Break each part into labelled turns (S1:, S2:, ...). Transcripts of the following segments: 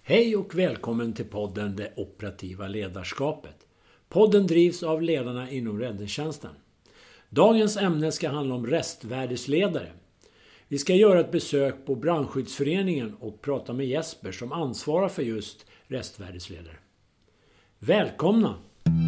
S1: Hej och välkommen till podden Det operativa ledarskapet. Podden drivs av ledarna inom räddningstjänsten. Dagens ämne ska handla om restvärdesledare. Vi ska göra ett besök på Brandskyddsföreningen och prata med Jesper som ansvarar för just restvärdesledare. Välkomna!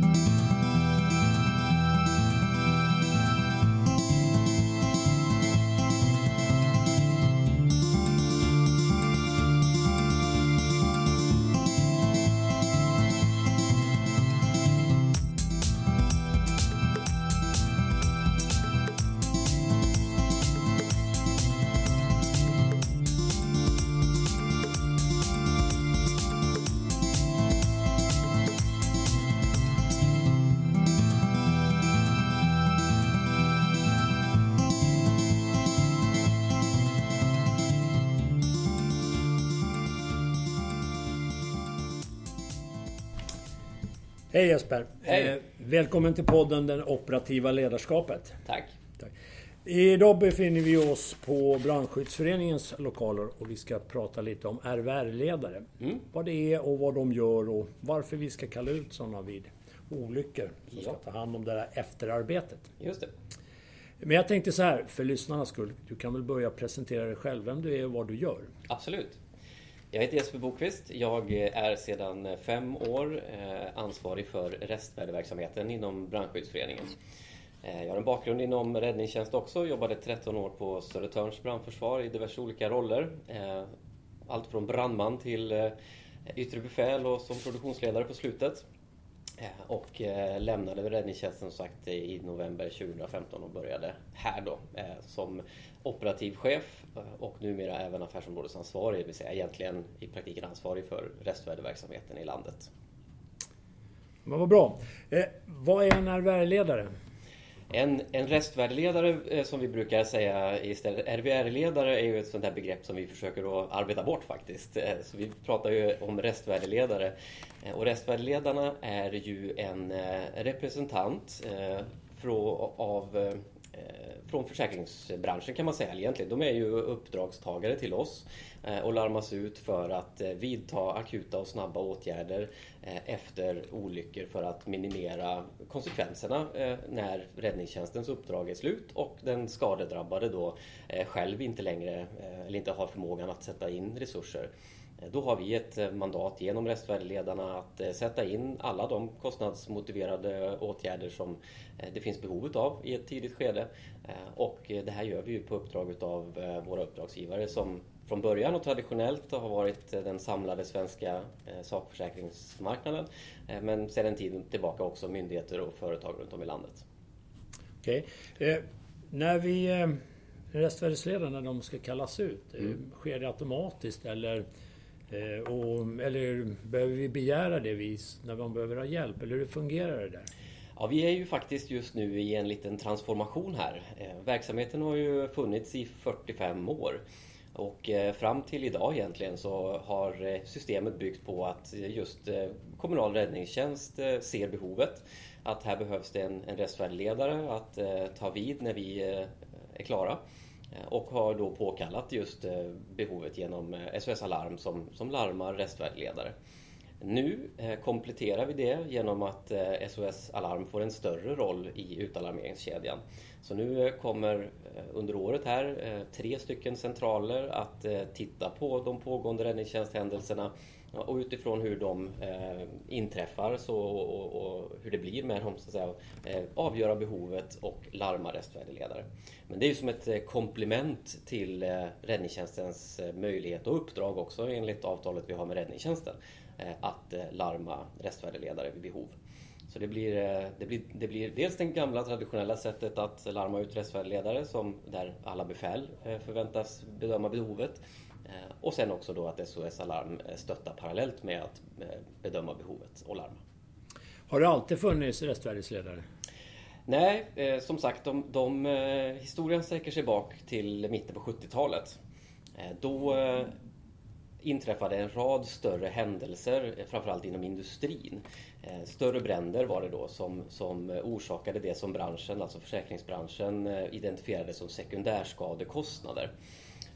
S1: Hej Jesper.
S2: Hej.
S1: Välkommen till podden Det operativa ledarskapet.
S2: Tack.
S1: Idag befinner vi oss på Brandskyddsföreningens lokaler och vi ska prata lite om RVR-ledare. Vad det är och vad de gör och varför vi ska kalla ut sådana vid olyckor som ska ta hand om det där efterarbetet.
S2: Just det.
S1: Men jag tänkte så här, för lyssnarnas skull, du kan väl börja presentera dig själv, vem du är och vad du gör.
S2: Absolut. Jag heter Jesper Bokvist. Jag är sedan 5 år ansvarig för restvärdeverksamheten inom Brandskyddsföreningen. Jag har en bakgrund inom räddningstjänst också. Jobbade 13 år på Södertörns brandförsvar i diverse olika roller. Allt från brandman till yttre befäl och som produktionsledare på slutet. Och lämnade räddningstjänsten som sagt i november 2015 och började här då som operativ chef och numera även affärsområdesansvarig, det vill säga egentligen i praktiken ansvarig för restvärdeverksamheten i landet.
S1: Men vad bra. Vad är en RVR-ledare?
S2: En restvärdeledare som vi brukar säga istället, RVR-ledare är ju ett sånt här begrepp som vi försöker att arbeta bort faktiskt. Så vi pratar ju om restvärdeledare. Och restvärdeledarna är ju en representant från försäkringsbranschen kan man säga egentligen. De är ju uppdragstagare till oss och larmas ut för att vidta akuta och snabba åtgärder efter olyckor för att minimera konsekvenserna när räddningstjänstens uppdrag är slut och den skadedrabbade då själv inte längre eller inte har förmågan att sätta in resurser. Då har vi ett mandat genom restvärdeledarna att sätta in alla de kostnadsmotiverade åtgärder som det finns behovet av i ett tidigt skede. Och det här gör vi ju på uppdrag av våra uppdragsgivare som från början och traditionellt har varit den samlade svenska sakförsäkringsmarknaden. Men sedan en tid tillbaka också myndigheter och företag runt om i landet.
S1: Okej. När restvärdesledarna de ska kallas ut, sker det automatiskt eller behöver vi begära det när man behöver ha hjälp? Eller hur fungerar det där?
S2: Ja, vi är ju faktiskt just nu i en liten transformation här. Verksamheten har ju funnits i 45 år. Och fram till idag egentligen så har systemet byggt på att just kommunal räddningstjänst ser behovet. Att här behövs det en restvärdeledare att ta vid när vi är klara. Och har då påkallat just behovet genom SOS Alarm som larmar restvärdeledare. Nu kompletterar vi det genom att SOS Alarm får en större roll i utalarmeringskedjan. Så nu kommer under året här 3 stycken centraler att titta på de pågående räddningstjänsthändelserna och utifrån hur de inträffar och hur det blir med dem så att säga, avgöra behovet och larma restvärdeledare. Men det är ju som ett komplement till räddningstjänstens möjlighet och uppdrag också enligt avtalet vi har med räddningstjänsten att larma restvärdeledare vid behov. Så det blir dels det gamla traditionella sättet att larma ut restvärdeledare där alla befäl förväntas bedöma behovet. Och sen också då att SOS Alarm stöttar parallellt med att bedöma behovet och larma.
S1: Har det alltid funnits restvärdesledare?
S2: Nej, som sagt, historien sträcker sig bak till mitten på 70-talet. Då inträffade en rad större händelser, framförallt inom industrin. Större bränder var det då som orsakade det som branschen, alltså försäkringsbranschen, identifierade som sekundärskadekostnader.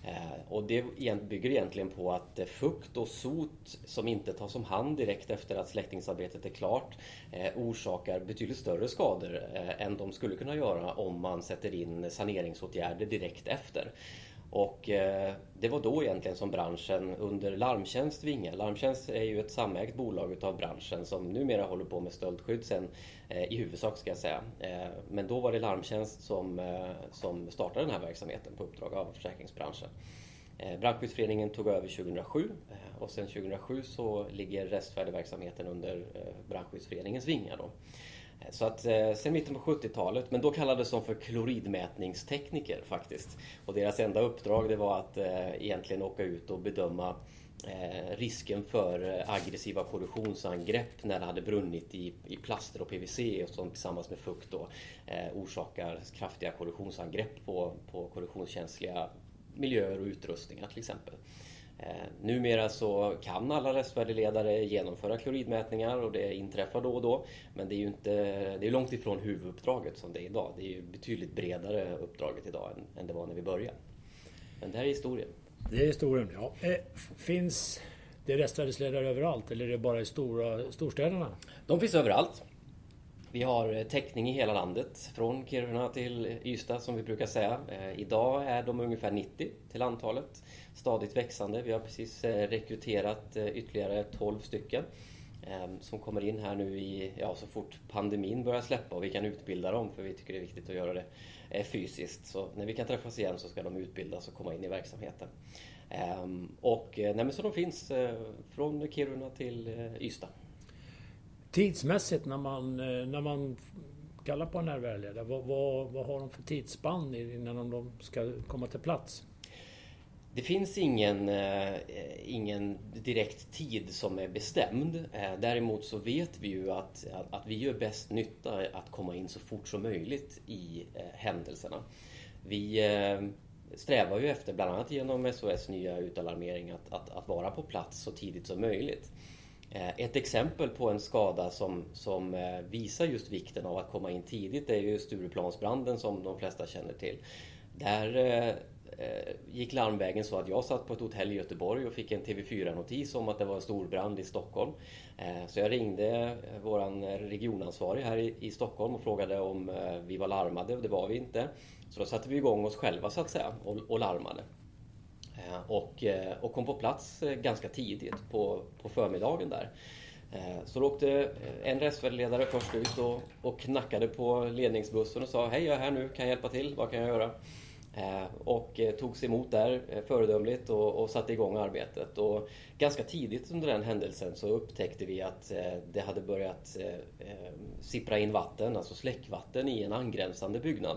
S2: Och det bygger egentligen på att fukt och sot som inte tas om hand direkt efter att släckningsarbetet är klart orsakar betydligt större skador än de skulle kunna göra om man sätter in saneringsåtgärder direkt efter. Och det var då egentligen som branschen under Larmtjänst Vinga. Larmtjänst är ju ett samägt bolag utav branschen som numera håller på med stöldskydd sen, i huvudsak ska jag säga. Men då var det Larmtjänst som startade den här verksamheten på uppdrag av försäkringsbranschen. Brandskyddsföreningen tog över 2007 och sen 2007 så ligger restvärdeverksamheten under Brandskyddsföreningens vingar då. Så att sen mitten på 70-talet, men då kallades de för kloridmätningstekniker faktiskt. Och deras enda uppdrag det var att egentligen åka ut och bedöma risken för aggressiva korrosionsangrepp när det hade brunnit i plaster och PVC och som tillsammans med fukt då orsakar kraftiga korrosionsangrepp på korrosionskänsliga miljöer och utrustningar till exempel. Numera så kan alla restvärdeledare genomföra kloridmätningar och det inträffar då och då. Men det är långt ifrån huvuduppdraget som det är idag. Det är ju betydligt bredare uppdraget idag än det var när vi började. Men det här är historien.
S1: Det är historien, ja. Finns det restvärdeledare överallt eller är det bara i storstäderna?
S2: De finns överallt. Vi har täckning i hela landet, från Kiruna till Ystad som vi brukar säga. Idag är de ungefär 90 till antalet, stadigt växande. Vi har precis rekryterat ytterligare 12 stycken som kommer in här nu så fort pandemin börjar släppa och vi kan utbilda dem för vi tycker det är viktigt att göra det fysiskt. Så när vi kan träffas igen så ska de utbildas och komma in i verksamheten. Så de finns från Kiruna till Ystad.
S1: Tidsmässigt när man kallar på en närvärdeledare, vad har de för tidsspann innan de ska komma till plats?
S2: Det finns ingen direkt tid som är bestämd. Däremot så vet vi ju att vi gör bäst nytta att komma in så fort som möjligt i händelserna. Vi strävar ju efter, bland annat genom SOS nya utalarmering, att vara på plats så tidigt som möjligt. Ett exempel på en skada som visar just vikten av att komma in tidigt är ju Stureplansbranden som de flesta känner till. Där gick larmvägen så att jag satt på ett hotell i Göteborg och fick en TV4-notis om att det var en stor brand i Stockholm. Så jag ringde våran regionansvarig här i Stockholm och frågade om vi var larmade och det var vi inte. Så då satte vi igång oss själva så att säga och larmade. Och kom på plats ganska tidigt på förmiddagen där. Så då åkte en restvärdeledare först ut och knackade på ledningsbussen och sa: hej, jag är här nu, kan jag hjälpa till, vad kan jag göra? Och togs emot där föredömligt och satte igång arbetet. Och ganska tidigt under den händelsen så upptäckte vi att det hade börjat sippra in vatten, alltså släckvatten i en angränsande byggnad.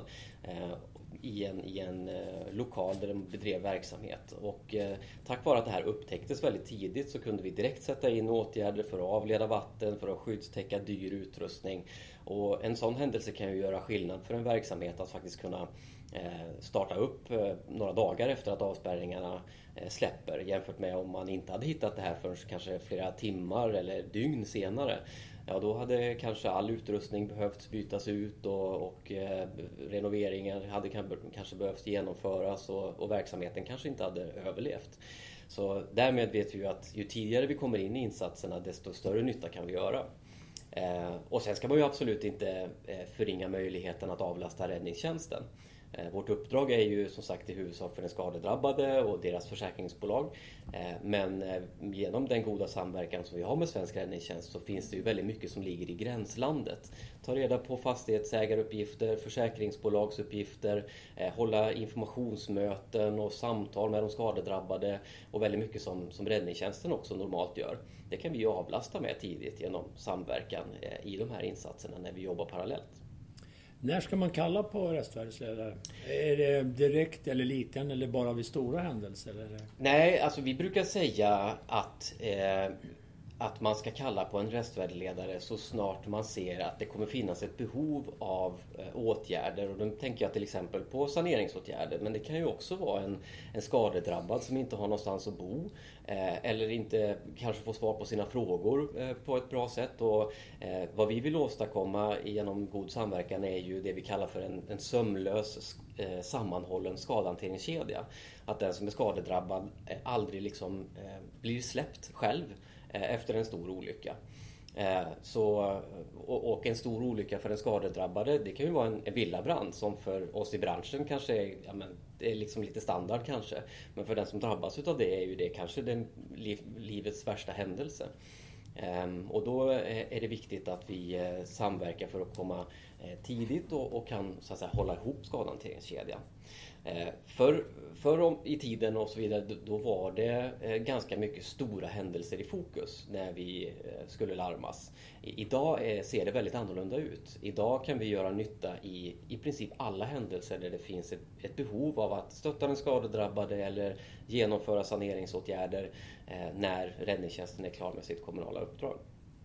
S2: I en lokal där de bedrev verksamhet. Och tack vare att det här upptäcktes väldigt tidigt så kunde vi direkt sätta in åtgärder för att avleda vatten, för att skyddstäcka dyr utrustning. Och en sån händelse kan ju göra skillnad för en verksamhet att faktiskt kunna starta upp några dagar efter att avspärrningarna släpper, jämfört med om man inte hade hittat det här förrän kanske flera timmar eller dygn senare. Ja, då hade kanske all utrustning behövt bytas ut och renoveringar hade kanske behövt genomföras och verksamheten kanske inte hade överlevt. Så därmed vet vi ju att ju tidigare vi kommer in i insatserna desto större nytta kan vi göra. Och sen ska man ju absolut inte förringa möjligheten att avlasta räddningstjänsten. Vårt uppdrag är ju som sagt i huvudsak för den skadedrabbade och deras försäkringsbolag. Men genom den goda samverkan som vi har med Svensk räddningstjänst så finns det ju väldigt mycket som ligger i gränslandet. Ta reda på fastighetsägaruppgifter, försäkringsbolagsuppgifter, hålla informationsmöten och samtal med de skadedrabbade och väldigt mycket som räddningstjänsten också normalt gör. Det kan vi ju avlasta med tidigt genom samverkan i de här insatserna när vi jobbar parallellt.
S1: När ska man kalla på restvärdeledare? Är det direkt eller liten eller bara vid stora händelser? Eller?
S2: Nej, alltså vi brukar säga att att man ska kalla på en restvärdeledare så snart man ser att det kommer finnas ett behov av åtgärder. Och då tänker jag till exempel på saneringsåtgärder, men det kan ju också vara en skadedrabbad som inte har någonstans att bo eller inte kanske får svar på sina frågor på ett bra sätt. Och vad vi vill åstadkomma genom god samverkan är ju det vi kallar för en sömlös sammanhållen skadehanteringskedja. Att den som är skadedrabbad aldrig liksom blir släppt själv efter en stor olycka. Och en stor olycka för den skadedrabbade, det kan ju vara en villabrand som för oss i branschen kanske är, det är liksom lite standard kanske. Men för den som drabbas utav det är ju det kanske livets värsta händelse. Och då är det viktigt att vi samverkar för att komma tidigt och kan så att säga hålla ihop skadehanteringskedjan. Förr i tiden och så vidare, då var det ganska mycket stora händelser i fokus när vi skulle larmas. Idag ser det väldigt annorlunda ut. Idag kan vi göra nytta i princip alla händelser där det finns ett behov av att stötta den skadedrabbade eller genomföra saneringsåtgärder när räddningstjänsten är klar med sitt kommunala uppdrag.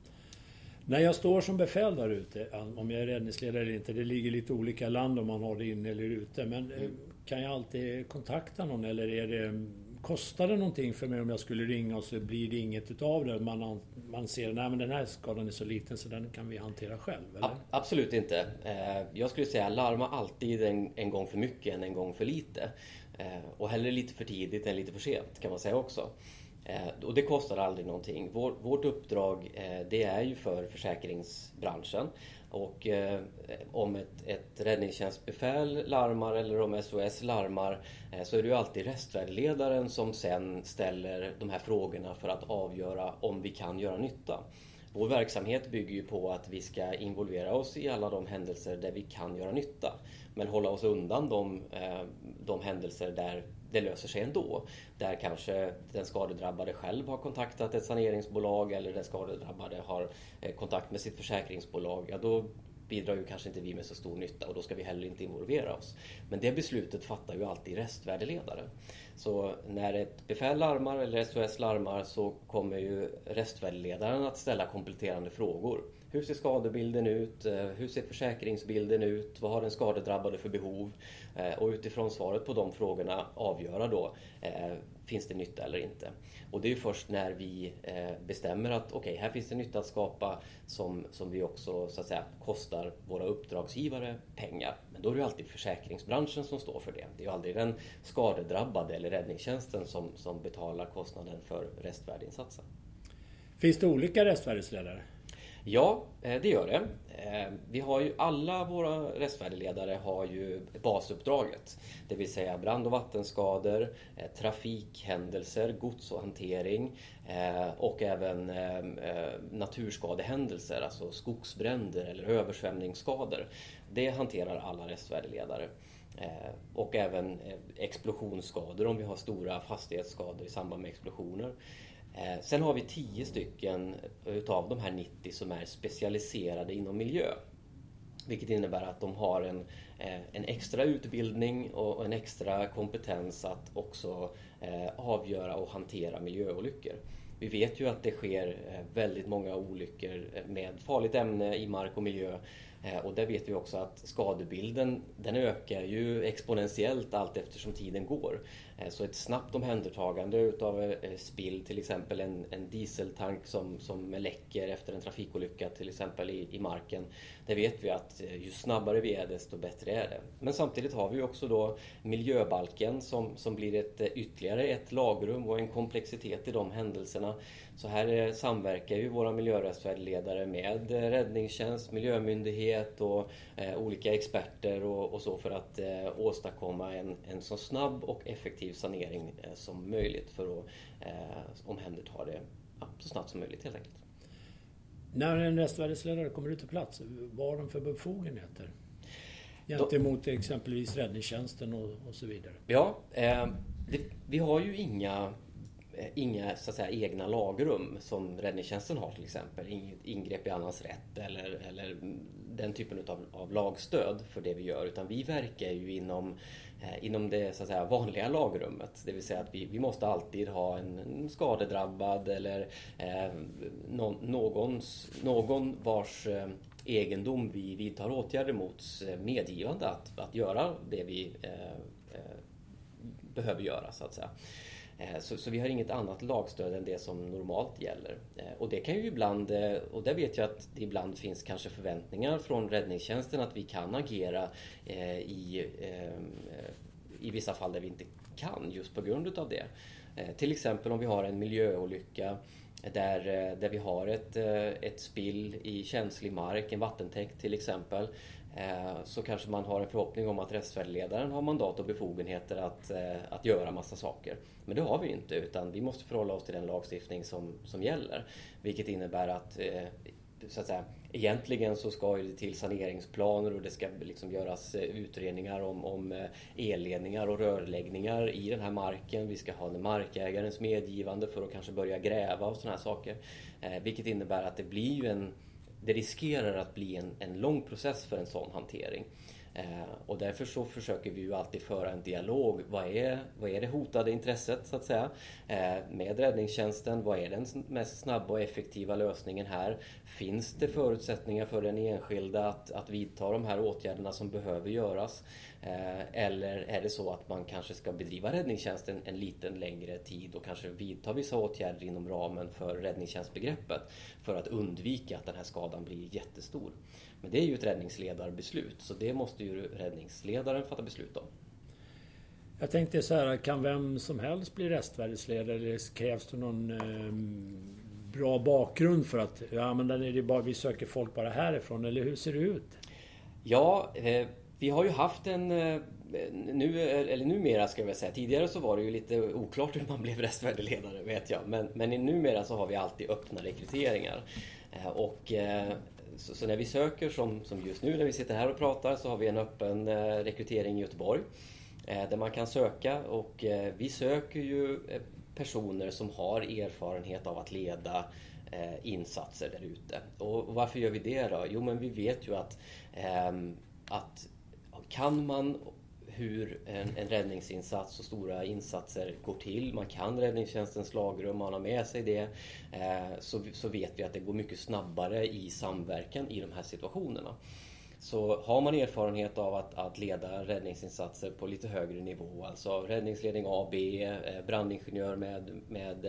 S1: När jag står som befäl där ute, om jag är räddningsledare eller inte, det ligger lite olika land om man har det inne eller ute, men kan jag alltid kontakta någon eller kostar det någonting för mig om jag skulle ringa och så blir det inget utav det? Man ser, nej men den här skadan är så liten så den kan vi hantera själv, eller?
S2: Absolut inte. Jag skulle säga larma alltid en gång för mycket än en gång för lite. Och hellre lite för tidigt än lite för sent kan man säga också. Och det kostar aldrig någonting. Vårt uppdrag det är ju för försäkringsbranschen. Och om ett räddningstjänstbefäl larmar eller om SOS larmar så är det ju alltid restvärdeledaren som sen ställer de här frågorna för att avgöra om vi kan göra nytta. Vår verksamhet bygger ju på att vi ska involvera oss i alla de händelser där vi kan göra nytta. Men hålla oss undan de händelser där det löser sig ändå. Där kanske den skadedrabbade själv har kontaktat ett saneringsbolag eller den skadedrabbade har kontakt med sitt försäkringsbolag. Ja, då bidrar ju kanske inte vi med så stor nytta och då ska vi heller inte involvera oss. Men det beslutet fattar ju alltid restvärdeledare. Så när ett befäl larmar eller SOS larmar så kommer ju restvärdeledaren att ställa kompletterande frågor. Hur ser skadebilden ut? Hur ser försäkringsbilden ut? Vad har den skadedrabbade för behov? Och utifrån svaret på de frågorna avgöra då, finns det nytta eller inte? Och det är ju först när vi bestämmer att okej, här finns det nytta att skapa som vi också så att säga kostar våra uppdragsgivare pengar. Men då är det ju alltid försäkringsbranschen som står för det. Det är ju aldrig den skadedrabbade eller räddningstjänsten som betalar kostnaden för restvärdeinsatsen.
S1: Finns det olika restvärdesledare?
S2: Ja, det gör det. Vi har ju alla våra restvärdeledare har ju basuppdraget. Det vill säga brand- och vattenskador, trafikhändelser, gods- och hantering och även naturskadehändelser, alltså skogsbränder eller översvämningsskador. Det hanterar alla restvärdeledare. Och även explosionsskador om vi har stora fastighetsskador i samband med explosioner. Sen har vi 10 stycken utav de här 90 som är specialiserade inom miljö. Vilket innebär att de har en extra utbildning och en extra kompetens att också avgöra och hantera miljöolyckor. Vi vet ju att det sker väldigt många olyckor med farligt ämne i mark och miljö. Och där vet vi också att skadebilden den ökar ju exponentiellt allt eftersom tiden går. Så ett snabbt omhändertagande utav spill, till exempel en dieseltank som läcker efter en trafikolycka till exempel i marken. Där vet vi att ju snabbare vi är desto bättre är det. Men samtidigt har vi också då miljöbalken som blir ytterligare ett lagrum och en komplexitet i de händelserna. Så här samverkar ju våra miljörestvärdledare med räddningstjänst, miljömyndighet och olika experter och så för att åstadkomma en så snabb och effektiv sanering som möjligt för att omhänderta det så snabbt som möjligt helt enkelt.
S1: När en restvärdesledare kommer ut till plats, vad har de för befogenheter? Gentemot exempelvis räddningstjänsten och så vidare.
S2: Ja, vi har ju inga inga så att säga, egna lagrum som räddningstjänsten har till exempel. Inget ingrepp i annans rätt eller den typen av lagstöd för det vi gör. Utan vi verkar ju inom det så att säga, vanliga lagrummet. Det vill säga att vi måste alltid ha en skadedrabbad eller någon vars egendom vi vidtar åtgärder mot medgivande att göra det vi behöver göra så att säga. Så vi har inget annat lagstöd än det som normalt gäller. Och det kan ju ibland, och där vet jag att det ibland finns kanske förväntningar från räddningstjänsten att vi kan agera i vissa fall där vi inte kan just på grund av det. Till exempel om vi har en miljöolycka där vi har ett spill i känslig mark, en vattentäkt till exempel, så kanske man har en förhoppning om att restfärdeledaren har mandat och befogenheter att göra massa saker. Men det har vi inte, utan vi måste förhålla oss till den lagstiftning som gäller. Vilket innebär att så att säga, egentligen så ska det till saneringsplaner och det ska liksom göras utredningar om elledningar och rörläggningar i den här marken. Vi ska ha markägarens medgivande för att kanske börja gräva och såna här saker. Vilket innebär att det riskerar att bli en lång process för en sån hantering. Och därför så försöker vi ju alltid föra en dialog. Vad är det hotade intresset så att säga med räddningstjänsten? Vad är den mest snabba och effektiva lösningen här? Finns det förutsättningar för den enskilda att vidta de här åtgärderna som behöver göras? Eller är det så att man kanske ska bedriva räddningstjänsten en liten längre tid och kanske vidta vissa åtgärder inom ramen för räddningstjänstbegreppet för att undvika att den här skadan blir jättestor? Men det är ju ett räddningsledarbeslut, så det måste ju räddningsledaren fatta beslut om.
S1: Jag tänkte så här, kan vem som helst bli restvärdesledare eller krävs det någon bra bakgrund för att men är det bara, vi söker folk bara härifrån, eller hur ser det ut?
S2: Ja, vi har ju haft numera ska jag väl säga, tidigare så var det ju lite oklart hur man blev restvärdesledare vet jag, men numera så har vi alltid öppna rekryteringar och så när vi söker som just nu när vi sitter här och pratar så har vi en öppen rekrytering i Göteborg där man kan söka och vi söker ju personer som har erfarenhet av att leda insatser där ute. Och varför gör vi det då? Jo, men vi vet ju att kan man hur en räddningsinsats och stora insatser går till. Man kan räddningstjänstens lagrum, man har med sig det. Så vet vi att det går mycket snabbare i samverkan i de här situationerna. Så har man erfarenhet av att leda räddningsinsatser på lite högre nivå, alltså räddningsledning A, B, brandingenjör med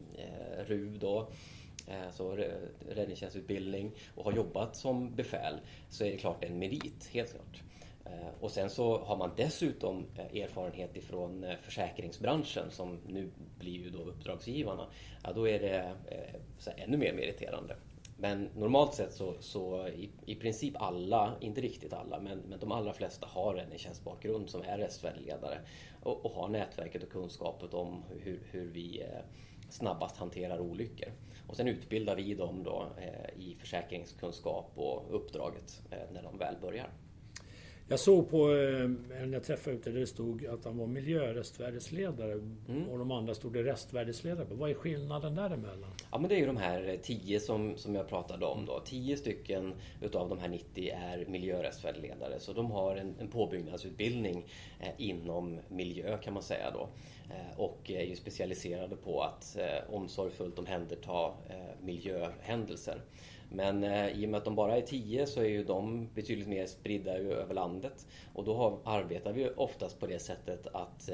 S2: RUV då, så räddningstjänstutbildning och har jobbat som befäl, så är det klart en merit, helt klart. Och sen så har man dessutom erfarenhet ifrån försäkringsbranschen som nu blir ju då uppdragsgivarna. Ja, då är det ännu mer meriterande. Men normalt sett så i princip alla, inte riktigt alla, men de allra flesta har räddningstjänstbakgrund som är restvärdesledare och har nätverket och kunskapet om hur vi snabbast hanterar olyckor. Och sen utbildar vi dem då i försäkringskunskap och uppdraget när de väl börjar.
S1: Jag såg på när jag träffade ute där det stod att han var miljörestvärdesledare och de andra stod det restvärdesledare. Vad är skillnaden däremellan?
S2: Ja, men det är ju de här 10 som jag pratade om då. 10 stycken utav de här 90 är miljörestvärdesledare. Så de har en påbyggnadsutbildning inom miljö kan man säga då. Och är ju specialiserade på att omsorgsfullt omhänderta miljöhändelser. Men i och med att de bara är 10 så är ju de betydligt mer spridda över landet. Och då arbetar vi oftast på det sättet att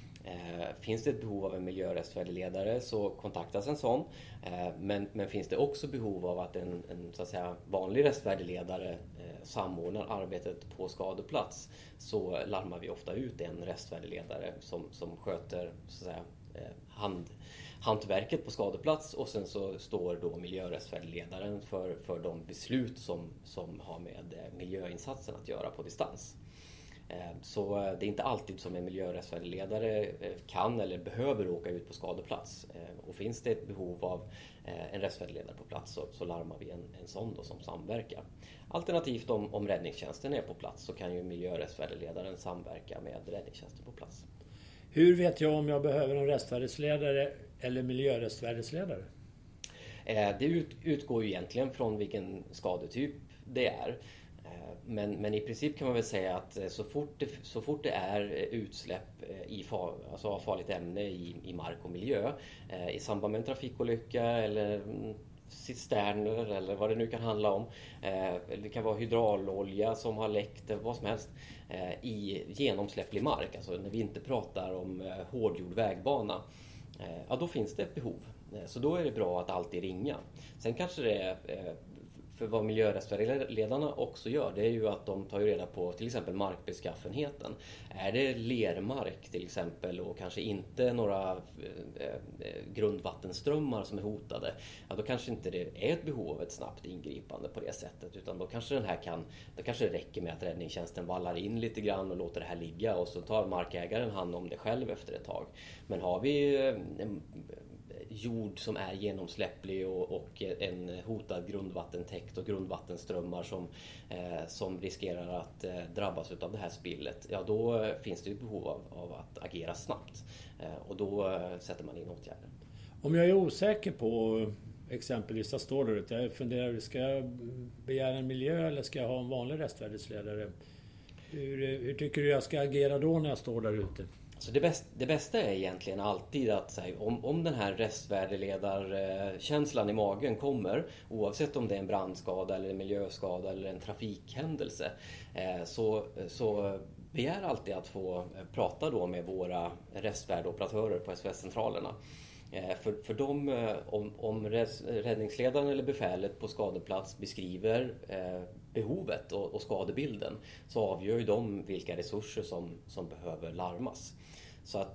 S2: finns det ett behov av en miljörestvärdesledare så kontaktas en sån. Men finns det också behov av att en så att säga, vanlig restvärdesledare samordnar arbetet på skadeplats så larmar vi ofta ut en restvärdesledare som sköter så att säga, hantverket på skadeplats och sen så står då miljörestvärdesledaren för de beslut som har med miljöinsatsen att göra på distans. Så det är inte alltid som en miljörestvärdesledare kan eller behöver åka ut på skadeplats. Och finns det ett behov av en restvärdesledare på plats så larmar vi en sån då som samverkar. Alternativt om räddningstjänsten är på plats så kan ju miljörestvärdesledaren samverka med räddningstjänsten på plats.
S1: Hur vet jag om jag behöver en restvärdesledare eller miljörestvärdersledare?
S2: Det utgår ju egentligen från vilken skadetyp det är. Men i princip kan man väl säga att så fort det är utsläpp av farligt ämne i mark och miljö i samband med en trafikolycka eller cisterner eller vad det nu kan handla om. Det kan vara hydraulolja som har läckt, vad som helst, i genomsläpplig mark. Alltså när vi inte pratar om hårdgjord vägbana. Ja, då finns det ett behov. Så då är det bra att alltid ringa. Sen kanske det är, för vad miljörättsvärdeledarna också gör, det är ju att de tar reda på till exempel markbeskaffenheten. Är det lermark till exempel och kanske inte några grundvattenströmmar som är hotade, ja, då kanske inte det är ett behov av ett snabbt ingripande på det sättet, utan då kanske det räcker med att räddningstjänsten vallar in lite grann och låter det här ligga och så tar markägaren hand om det själv efter ett tag. Men har vi jord som är genomsläpplig och en hotad grundvattentäkt och grundvattenströmmar som riskerar att drabbas av det här spillet, ja, då finns det ett behov av att agera snabbt och då sätter man in åtgärder.
S1: Om jag är osäker på exempelvis, där står det, jag funderar, ska jag begära en miljö eller ska jag ha en vanlig restvärdesledare? Hur tycker du jag ska agera då när jag står där ute?
S2: Så det bästa är egentligen alltid att säga, om den här restvärdeledar-känslan i magen kommer, oavsett om det är en brandskada eller en miljöskada eller en trafikhändelse, så begär alltid att få prata då med våra restvärdeoperatörer på SOS-centralerna. För om räddningsledaren eller befälet på skadeplats beskriver behovet och skadebilden, så avgör ju de vilka resurser som behöver larmas. Så att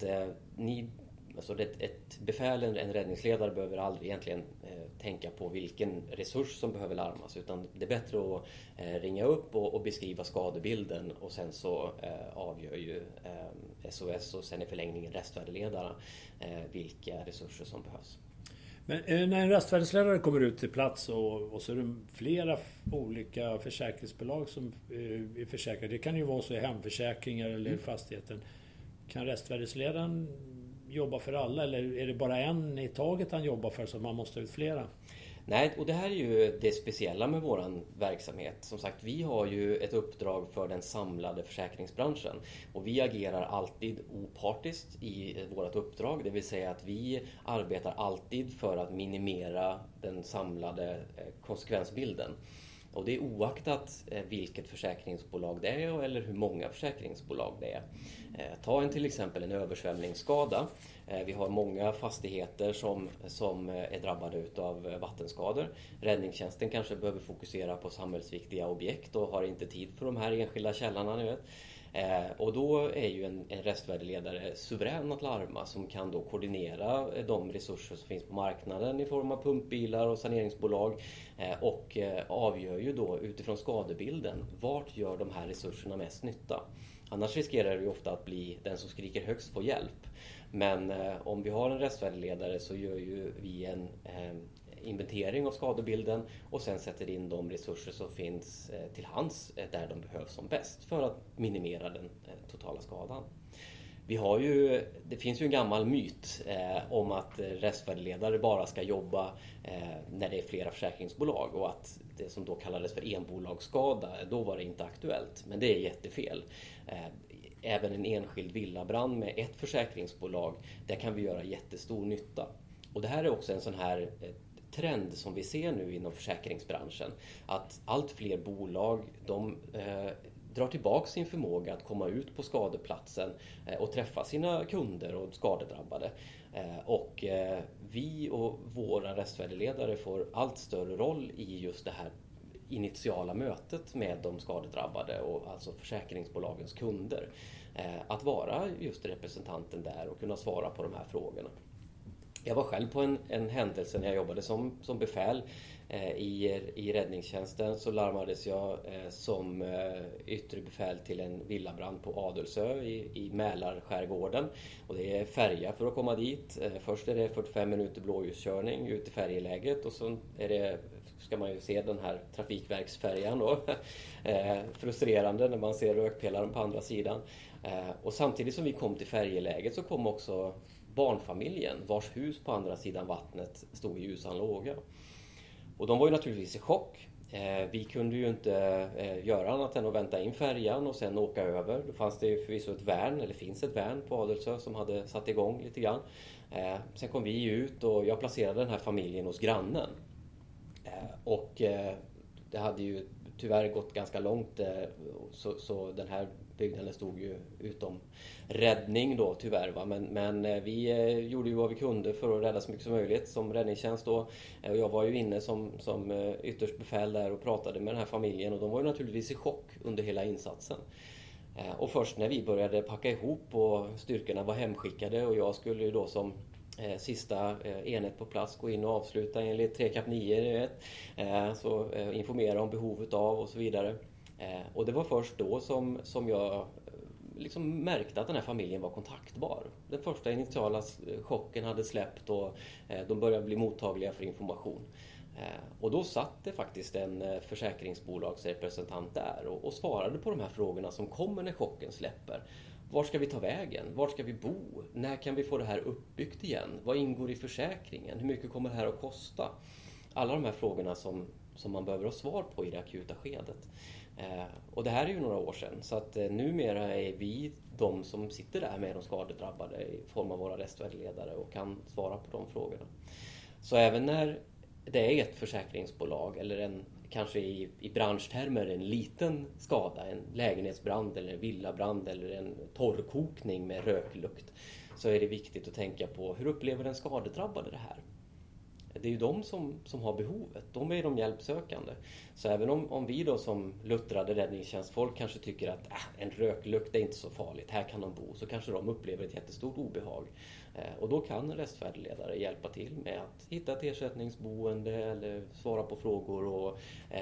S2: ett befäl, en räddningsledare, behöver aldrig egentligen tänka på vilken resurs som behöver larmas, utan det är bättre att ringa upp och beskriva skadebilden, och sen så avgör ju SOS och sen i förlängningen restvärdeledare vilka resurser som behövs.
S1: Men när en restvärdesledare kommer ut till plats och så är det flera olika försäkringsbolag som är försäkrade. Det kan ju vara så i hemförsäkringar eller fastigheten. Kan restvärdesledaren jobba för alla, eller är det bara en i taget han jobbar för så man måste ut flera?
S2: Nej, och det här är ju det speciella med våran verksamhet. Som sagt, vi har ju ett uppdrag för den samlade försäkringsbranschen och vi agerar alltid opartiskt i vårt uppdrag. Det vill säga att vi arbetar alltid för att minimera den samlade konsekvensbilden. Och det är oaktat vilket försäkringsbolag det är eller hur många försäkringsbolag det är. Ta till exempel en översvämningsskada. Vi har många fastigheter som är drabbade av vattenskador. Räddningstjänsten kanske behöver fokusera på samhällsviktiga objekt och har inte tid för de här enskilda källarna, ni vet. Och då är ju en restvärdeledare suverän att larma, som kan då koordinera de resurser som finns på marknaden i form av pumpbilar och saneringsbolag och avgör ju då utifrån skadebilden vart gör de här resurserna mest nytta. Annars riskerar det ju ofta att bli den som skriker högst får hjälp. Men om vi har en restvärdeledare så gör ju vi en inventering av skadebilden och sen sätter in de resurser som finns till hands där de behövs som bäst för att minimera den totala skadan. Det finns ju en gammal myt om att restvärdeledare bara ska jobba när det är flera försäkringsbolag, och att det som då kallades för enbolagsskada, då var det inte aktuellt. Men det är jättefel. Även en enskild villabrand med ett försäkringsbolag, där kan vi göra jättestor nytta. Och det här är också en sån här trend som vi ser nu inom försäkringsbranschen, att allt fler bolag drar tillbaka sin förmåga att komma ut på skadeplatsen och träffa sina kunder och skadedrabbade. Och vi och våra restvärdeledare får allt större roll i just det här initiala mötet med de skadedrabbade och alltså försäkringsbolagens kunder. Att vara just representanten där och kunna svara på de här frågorna. Jag var själv på en händelse när jag jobbade som befäl i räddningstjänsten. Så larmades jag som yttre befäl till en villabrand på Adelsö i Mälarskärgården. Och det är färja för att komma dit. Först är det 45 minuter blåljuskörning ut i färjeläget och så ska man ju se den här trafikverksfärjan då. Frustrerande när man ser rökpelaren på andra sidan. Och samtidigt som vi kom till färjeläget så kom också barnfamiljen vars hus på andra sidan vattnet stod i ljusan låga. Och de var ju naturligtvis i chock. Vi kunde ju inte göra annat än att vänta in färjan och sen åka över. Då fanns det förvisso finns ett värn på Adelsö som hade satt igång lite grann. Sen kom vi ut och jag placerade den här familjen hos grannen. Och det hade ju tyvärr gått ganska långt så den här byggnaden stod ju utom räddning då tyvärr. Va? Men vi gjorde ju vad vi kunde för att rädda så mycket som möjligt som räddningstjänst då. Och jag var ju inne som ytterst befäl där och pratade med den här familjen och de var ju naturligtvis i chock under hela insatsen. Och först när vi började packa ihop och styrkorna var hemskickade och jag skulle ju då som sista enhet på plats gå in och avsluta enligt 3 kap. 9 så informera om behovet av och så vidare. Och det var först då som jag liksom märkte att den här familjen var kontaktbar. Den första initiala chocken hade släppt och de började bli mottagliga för information. Och då satt det faktiskt en försäkringsbolagsrepresentant där och svarade på de här frågorna som kommer när chocken släpper. Var ska vi ta vägen? Var ska vi bo? När kan vi få det här uppbyggt igen? Vad ingår i försäkringen? Hur mycket kommer det här att kosta? Alla de här frågorna som man behöver ha svar på i det akuta skedet. Och det här är ju några år sedan. Så att numera är vi de som sitter där med de skadedrabbade i form av våra restvärdledare och kan svara på de frågorna. Så även när det är ett försäkringsbolag eller kanske i branschtermer en liten skada, en lägenhetsbrand eller en villabrand eller en torrkokning med röklukt, så är det viktigt att tänka på hur upplever den skadedrabbade det här. Det är ju de som har behovet, de är de hjälpsökande. Så även om vi då som luttrade räddningstjänstfolk kanske tycker att en röklukt är inte så farligt, här kan de bo, så kanske de upplever ett jättestort obehag. Och då kan en restvärdledare hjälpa till med att hitta ett ersättningsboende eller svara på frågor och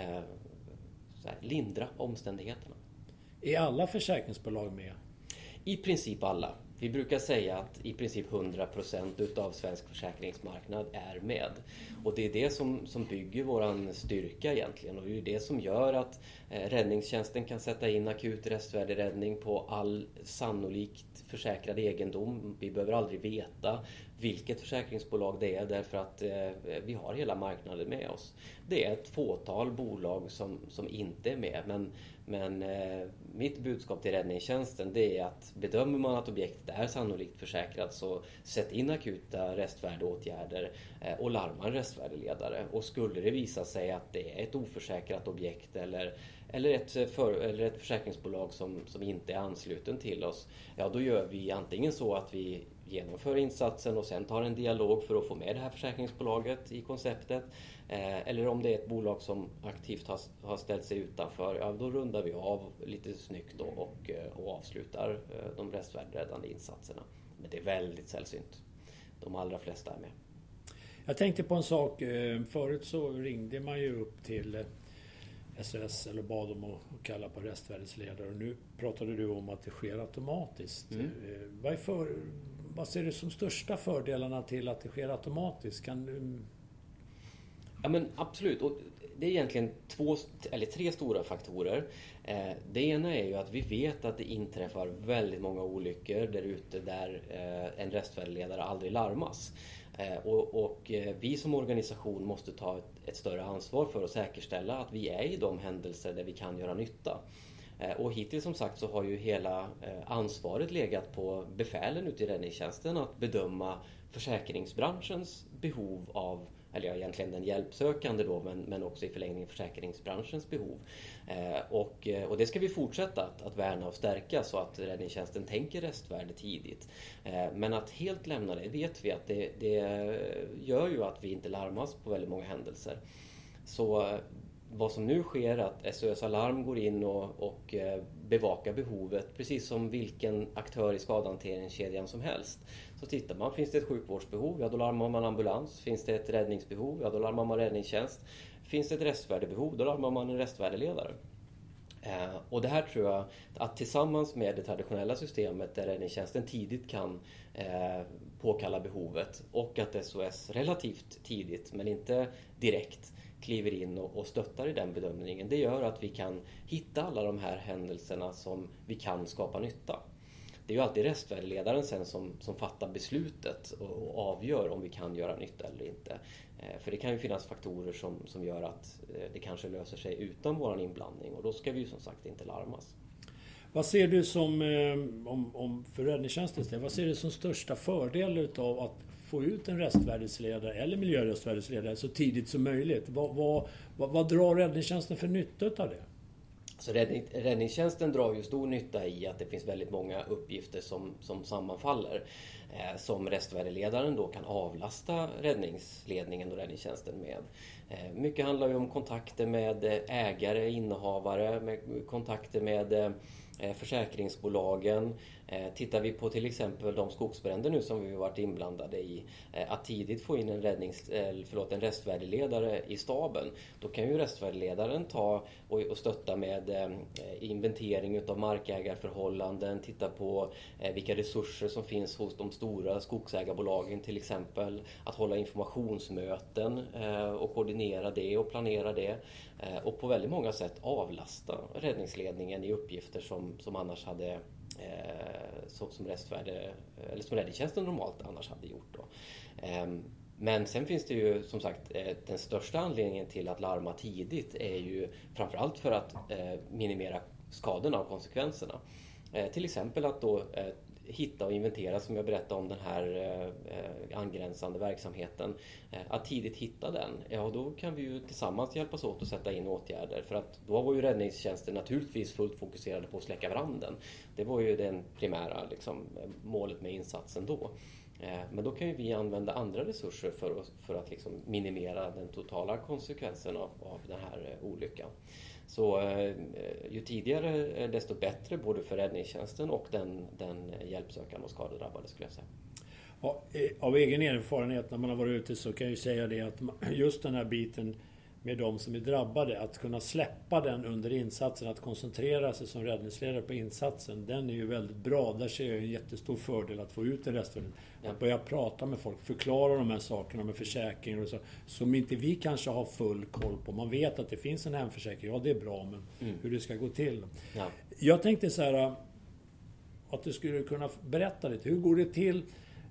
S2: lindra omständigheterna.
S1: Är alla försäkringsbolag med?
S2: I princip alla. Vi brukar säga att i princip 100% utav svensk försäkringsmarknad är med. Och det är det som bygger våran styrka egentligen. Och det är det som gör att räddningstjänsten kan sätta in akut restvärderäddning på all sannolikt försäkrad egendom. Vi behöver aldrig veta vilket försäkringsbolag det är därför att vi har hela marknaden med oss. Det är ett fåtal bolag som inte är med. Men mitt budskap till räddningstjänsten det är att bedömer man att objektet är sannolikt försäkrat så sätt in akuta restvärdeåtgärder och larma en restvärdeledare. Och skulle det visa sig att det är ett oförsäkrat objekt eller ett försäkringsbolag som inte är ansluten till oss, ja då gör vi antingen så att vi genomför insatsen och sen tar en dialog för att få med det här försäkringsbolaget i konceptet. Eller om det är ett bolag som aktivt har ställt sig utanför, ja då rundar vi av lite snyggt då och avslutar de restvärderäddande insatserna. Men det är väldigt sällsynt. De allra flesta är med.
S1: Jag tänkte på en sak. Förut så ringde man ju upp till SOS eller bad om att kalla på restvärdesledare. Och nu pratade du om att det sker automatiskt. Vad ser du som största fördelarna till att det sker automatiskt?
S2: Ja men absolut. Och det är egentligen 3 stora faktorer. Det ena är ju att vi vet att det inträffar väldigt många olyckor där ute där en restvärdeledare aldrig larmas. Och vi som organisation måste ta ett större ansvar för att säkerställa att vi är i de händelser där vi kan göra nytta. Och hittills som sagt så har ju hela ansvaret legat på befälen ute i räddningstjänsten att bedöma försäkringsbranschens behov av, eller egentligen den hjälpsökande då, men också i förlängningen försäkringsbranschens behov. Och det ska vi fortsätta att värna och stärka så att räddningstjänsten tänker restvärde tidigt. Men att helt lämna det vet vi att det gör ju att vi inte larmas på väldigt många händelser. Så vad som nu sker är att SOS Alarm går in och bevakar behovet precis som vilken aktör i skadehanteringskedjan som helst. Så tittar man, finns det ett sjukvårdsbehov? Ja, då larmar man ambulans. Finns det ett räddningsbehov? Ja, då larmar man räddningstjänst. Finns det ett restvärdebehov? Då larmar man en restvärdeledare. Och det här tror jag att tillsammans med det traditionella systemet där räddningstjänsten tidigt kan påkalla behovet och att SOS relativt tidigt men inte direkt kliver in och stöttar i den bedömningen. Det gör att vi kan hitta alla de här händelserna som vi kan skapa nytta. Det är ju alltid restvärdeledaren sen som fattar beslutet och avgör om vi kan göra nytta eller inte. För det kan ju finnas faktorer som gör att det kanske löser sig utan våran inblandning och då ska vi ju som sagt inte larmas.
S1: Vad ser du som, för räddningstjänstens del, vad ser du som största fördel utav att få ut en restvärdesledare eller miljörestvärdesledare så tidigt som möjligt? Vad drar räddningstjänsten för nytta av det?
S2: Så räddningstjänsten drar ju stor nytta i att det finns väldigt många uppgifter som sammanfaller. Som restvärdeledaren då kan avlasta räddningsledningen och räddningstjänsten med. Mycket handlar ju om kontakter med ägare, innehavare, med kontakter med försäkringsbolagen. Tittar vi på till exempel de skogsbränder nu som vi har varit inblandade i, att tidigt få in en restvärdeledare i staben, då kan ju restvärdeledaren ta och stötta med inventering av markägarförhållanden, titta på vilka resurser som finns hos de stora skogsägarbolagen till exempel, att hålla informationsmöten och koordinera det och planera det och på väldigt många sätt avlasta räddningsledningen i uppgifter som annars hade som räddningstjänsten normalt annars hade gjort då. Men sen finns det ju som sagt den största anledningen till att larma tidigt är ju framförallt för att minimera skadorna och konsekvenserna. Till exempel att då hitta och inventera, som jag berättade om den här angränsande verksamheten, att tidigt hitta den. Ja, då kan vi ju tillsammans hjälpas åt att sätta in åtgärder, för att då var ju räddningstjänsten naturligtvis fullt fokuserade på att släcka branden. Det var ju den primära målet med insatsen då. Men då kan ju vi använda andra resurser för att minimera den totala konsekvensen av den här olyckan. Så ju tidigare desto bättre både för räddningstjänsten och den hjälpsökande och skadedrabbade skulle jag säga.
S1: Ja, av egen erfarenhet när man har varit ute så kan jag ju säga det att just den här biten med de som är drabbade, att kunna släppa den under insatsen, att koncentrera sig som räddningsledare på insatsen, den är ju väldigt bra. Där ser jag en jättestor fördel att få ut en restvärdering. Att börja prata med folk, förklara de här sakerna med försäkringar och så, som inte vi kanske har full koll på. Man vet att det finns en hemförsäkring, ja det är bra, men hur det ska gå till. Ja. Jag tänkte så här att du skulle kunna berätta lite, hur går det till?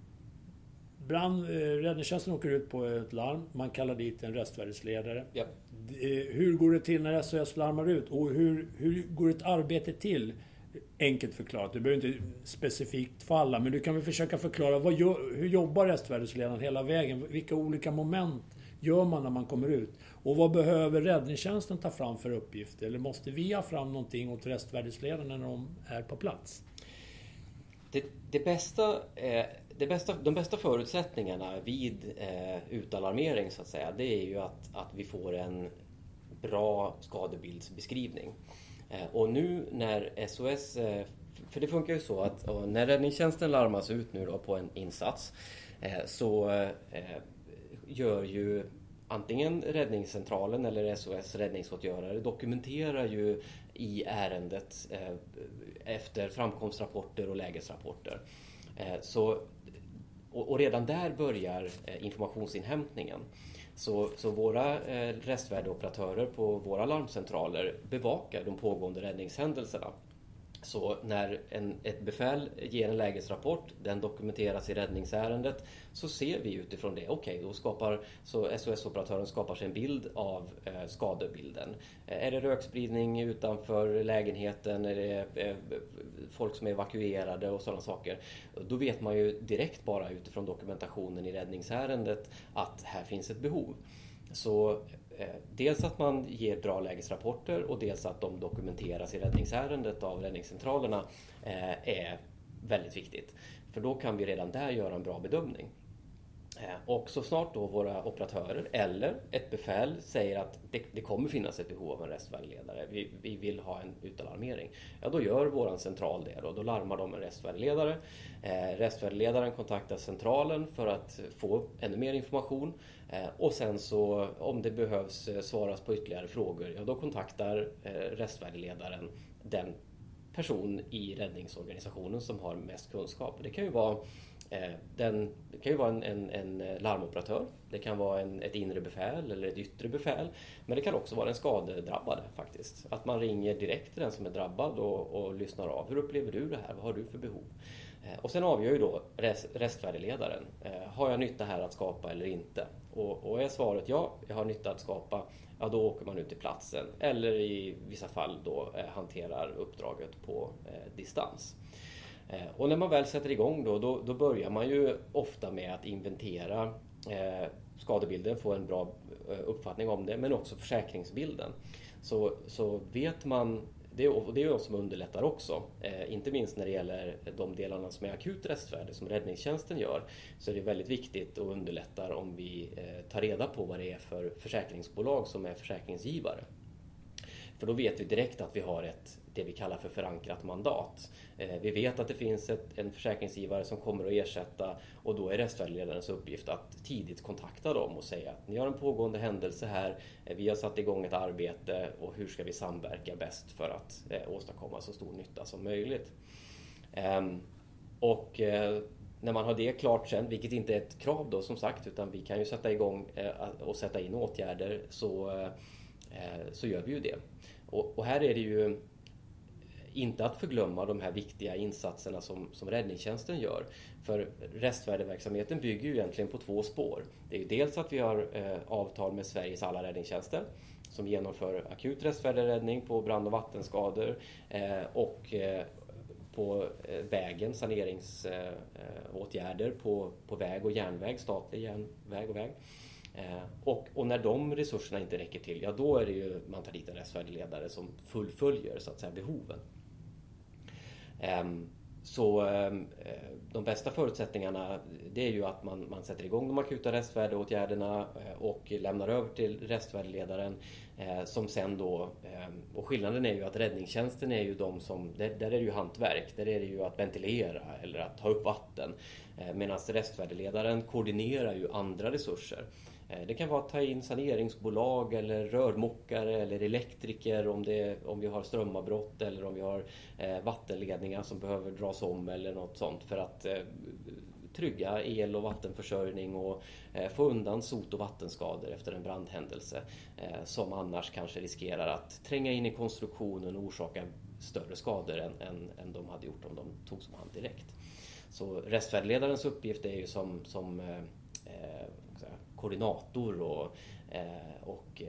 S1: Räddningstjänsten åker ut på ett larm. Man kallar dit en restvärdesledare. Ja. Hur går det till när SOS larmar ut? Och hur går ett arbete till? Enkelt förklarat. Du behöver inte specifikt falla. Men du kan väl försöka förklara hur jobbar restvärdesledaren hela vägen? Vilka olika moment gör man när man kommer ut? Och vad behöver räddningstjänsten ta fram för uppgifter? Eller måste vi ha fram någonting åt restvärdesledaren när de är på plats?
S2: De bästa förutsättningarna vid utalarmering så att säga, det är ju att vi får en bra skadebildsbeskrivning. Och nu när SOS, för det funkar ju så att när räddningstjänsten larmas ut nu då på en insats så gör ju antingen räddningscentralen eller SOS räddningsåtgörare dokumenterar ju i ärendet efter framkomstrapporter och lägesrapporter. Och redan där börjar informationsinhämtningen. Så våra restvärdeoperatörer på våra larmcentraler bevakar de pågående räddningshändelserna. Så när ett befäl ger en lägesrapport, den dokumenteras i räddningsärendet, så ser vi utifrån det, så SOS-operatören skapar sig en bild av skadebilden. Är det rökspridning utanför lägenheten? Är det folk som är evakuerade och sådana saker? Då vet man ju direkt bara utifrån dokumentationen i räddningsärendet att här finns ett behov. Så dels att man ger bra lägesrapporter och dels att de dokumenteras i räddningsärendet av räddningscentralerna är väldigt viktigt. För då kan vi redan där göra en bra bedömning. Och så snart då våra operatörer eller ett befäl säger att det kommer finnas ett behov av en restvärdeledare, vi vill ha en utalarmering, ja då gör våran central det och då larmar de en restvärdeledare. Restvärdeledaren kontaktar centralen för att få ännu mer information och sen så om det behövs svaras på ytterligare frågor, ja då kontaktar restvärdeledaren den person i räddningsorganisationen som har mest kunskap. Det kan ju vara en larmoperatör, det kan vara ett inre befäl eller ett yttre befäl, men det kan också vara en skadedrabbade faktiskt. Att man ringer direkt till den som är drabbad och lyssnar av. Hur upplever du det här? Vad har du för behov? Och sen avgör ju då restvärdeledaren. Har jag nytta här att skapa eller inte? Och är svaret ja, jag har nytta att skapa, ja då åker man ut till platsen. Eller i vissa fall då hanterar uppdraget på distans. Och när man väl sätter igång då börjar man ju ofta med att inventera skadebilden, få en bra uppfattning om det, men också försäkringsbilden. Så vet man, det är ju något som underlättar också, inte minst när det gäller de delarna som är akut restvärde som räddningstjänsten gör, så är det väldigt viktigt och underlättar om vi tar reda på vad det är för försäkringsbolag som är försäkringsgivare. För då vet vi direkt att vi har det vi kallar för förankrat mandat. Vi vet att det finns en försäkringsgivare som kommer att ersätta, och då är restvärderedarens uppgift att tidigt kontakta dem och säga att ni har en pågående händelse här, vi har satt igång ett arbete och hur ska vi samverka bäst för att åstadkomma så stor nytta som möjligt. När man har det klart sen, vilket inte är ett krav då som sagt, utan vi kan ju sätta igång och sätta in åtgärder, så gör vi ju det. Och här är det ju inte att förglömma de här viktiga insatserna som räddningstjänsten gör. För restvärdeverksamheten bygger ju egentligen på 2 spår. Det är ju dels att vi har avtal med Sveriges alla räddningstjänster som genomför akut restvärderäddning på brand- och vattenskador och på vägen, saneringsåtgärder på väg och järnväg, statlig järnväg och väg. Och när de resurserna inte räcker till, ja då är det ju man tar dit en restvärdeledare som fullföljer så att säga behoven. De bästa förutsättningarna, det är ju att man sätter igång de akuta restvärdeåtgärderna och lämnar över till restvärdeledaren som sen då, och skillnaden är ju att räddningstjänsten är ju de som, där är det ju hantverk, där är det ju att ventilera eller att ta upp vatten, medan restvärdeledaren koordinerar ju andra resurser. Det kan vara att ta in saneringsbolag eller rörmokare eller elektriker om vi har strömavbrott eller om vi har vattenledningar som behöver dras om eller något sånt, för att trygga el- och vattenförsörjning och få undan sot- och vattenskador efter en brandhändelse som annars kanske riskerar att tränga in i konstruktionen och orsaka större skador än de hade gjort om de tog som hand direkt. Så restvärderedarens uppgift är ju som koordinator och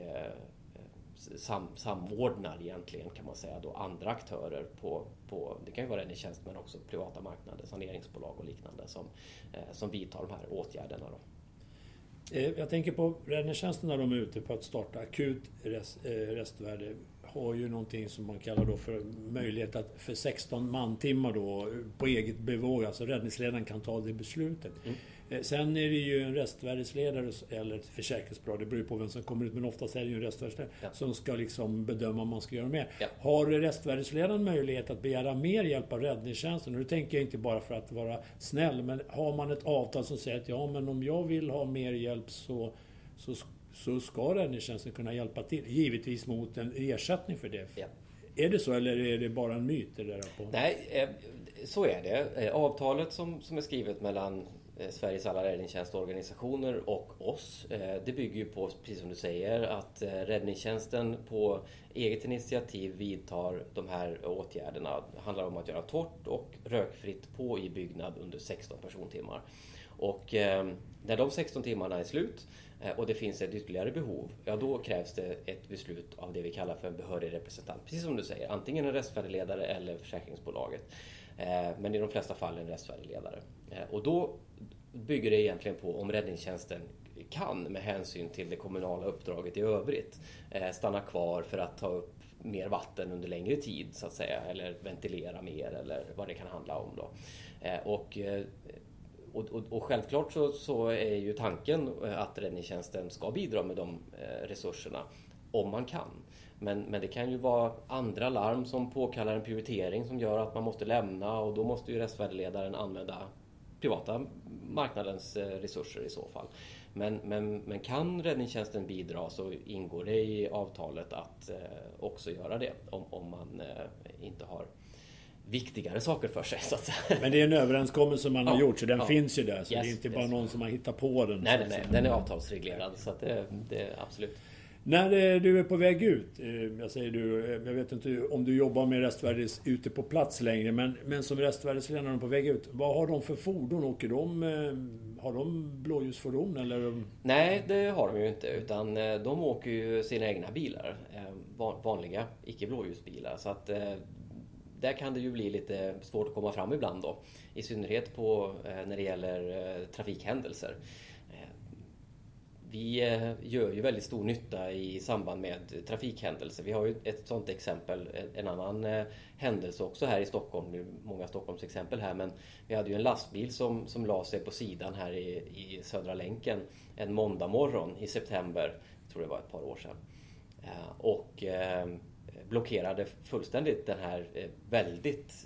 S2: samordnar egentligen, kan man säga då, andra aktörer på det kan ju vara räddningstjänst men också privata marknader, saneringsbolag och liknande som vidtar de här åtgärderna då.
S1: Jag tänker på räddningstjänsten när de är ute på att starta akut restvärde, har ju någonting som man kallar då för möjlighet att för 16 mantimmar då på eget bevåg, alltså räddningsledaren kan ta det beslutet. Sen är det ju en restvärdesledare eller ett försäkringsbolag, det beror på vem som kommer ut, men oftast är det ju en restvärdesledare som ska liksom bedöma om man ska göra mer. Ja. Har restvärdesledaren möjlighet att begära mer hjälp av räddningstjänsten? Och det tänker jag inte bara för att vara snäll, men har man ett avtal som säger att ja, men om jag vill ha mer hjälp så ska räddningstjänsten kunna hjälpa till, givetvis mot en ersättning för det. Ja. Är det så eller är det bara en myt? Det där på?
S2: Nej, så är det. Avtalet som är skrivet mellan Sveriges alla räddningstjänstorganisationer och oss, det bygger ju på, precis som du säger, att räddningstjänsten på eget initiativ vidtar de här åtgärderna. Det handlar om att göra torrt och rökfritt på i byggnad under 16 persontimmar. Och när de 16 timmarna är slut och det finns ett ytterligare behov, ja då krävs det ett beslut av det vi kallar för en behörig representant. Precis som du säger, antingen en restvärdesledare eller försäkringsbolaget. Men i de flesta fall en restvärdesledare. Och då bygger det egentligen på om räddningstjänsten kan, med hänsyn till det kommunala uppdraget i övrigt, stanna kvar för att ta upp mer vatten under längre tid så att säga, eller ventilera mer eller vad det kan handla om då. Och självklart så är ju tanken att räddningstjänsten ska bidra med de resurserna om man kan. Men det kan ju vara andra larm som påkallar en prioritering som gör att man måste lämna, och då måste ju restväderledaren använda privata marknadens resurser i så fall. Men kan räddningstjänsten bidra så ingår det i avtalet att också göra det om man inte har viktigare saker för sig, så att säga.
S1: Men det är en överenskommelse man har gjort, så den finns ju där. Så
S2: yes,
S1: det är inte bara någon som har hittat på den.
S2: Nej, den är avtalsreglerad, så att det är absolut.
S1: När du är på väg ut, jag vet inte om du jobbar med restvärdis ute på plats längre, men som restvärdisledare när de är på väg ut, vad har de för fordon? Har de blåljusfordon eller?
S2: Nej, det har de ju inte, utan de åker ju sina egna bilar, vanliga icke-blåljusbilar, så att där kan det ju bli lite svårt att komma fram ibland då, i synnerhet när det gäller trafikhändelser. Vi gör ju väldigt stor nytta i samband med trafikhändelser. Vi har ju ett sådant exempel, en annan händelse också här i Stockholm. Det är många Stockholms exempel här, men vi hade ju en lastbil som la sig på sidan här i Södra länken en måndag morgon i september, jag tror det var ett par år sedan. Och blockerade fullständigt den här väldigt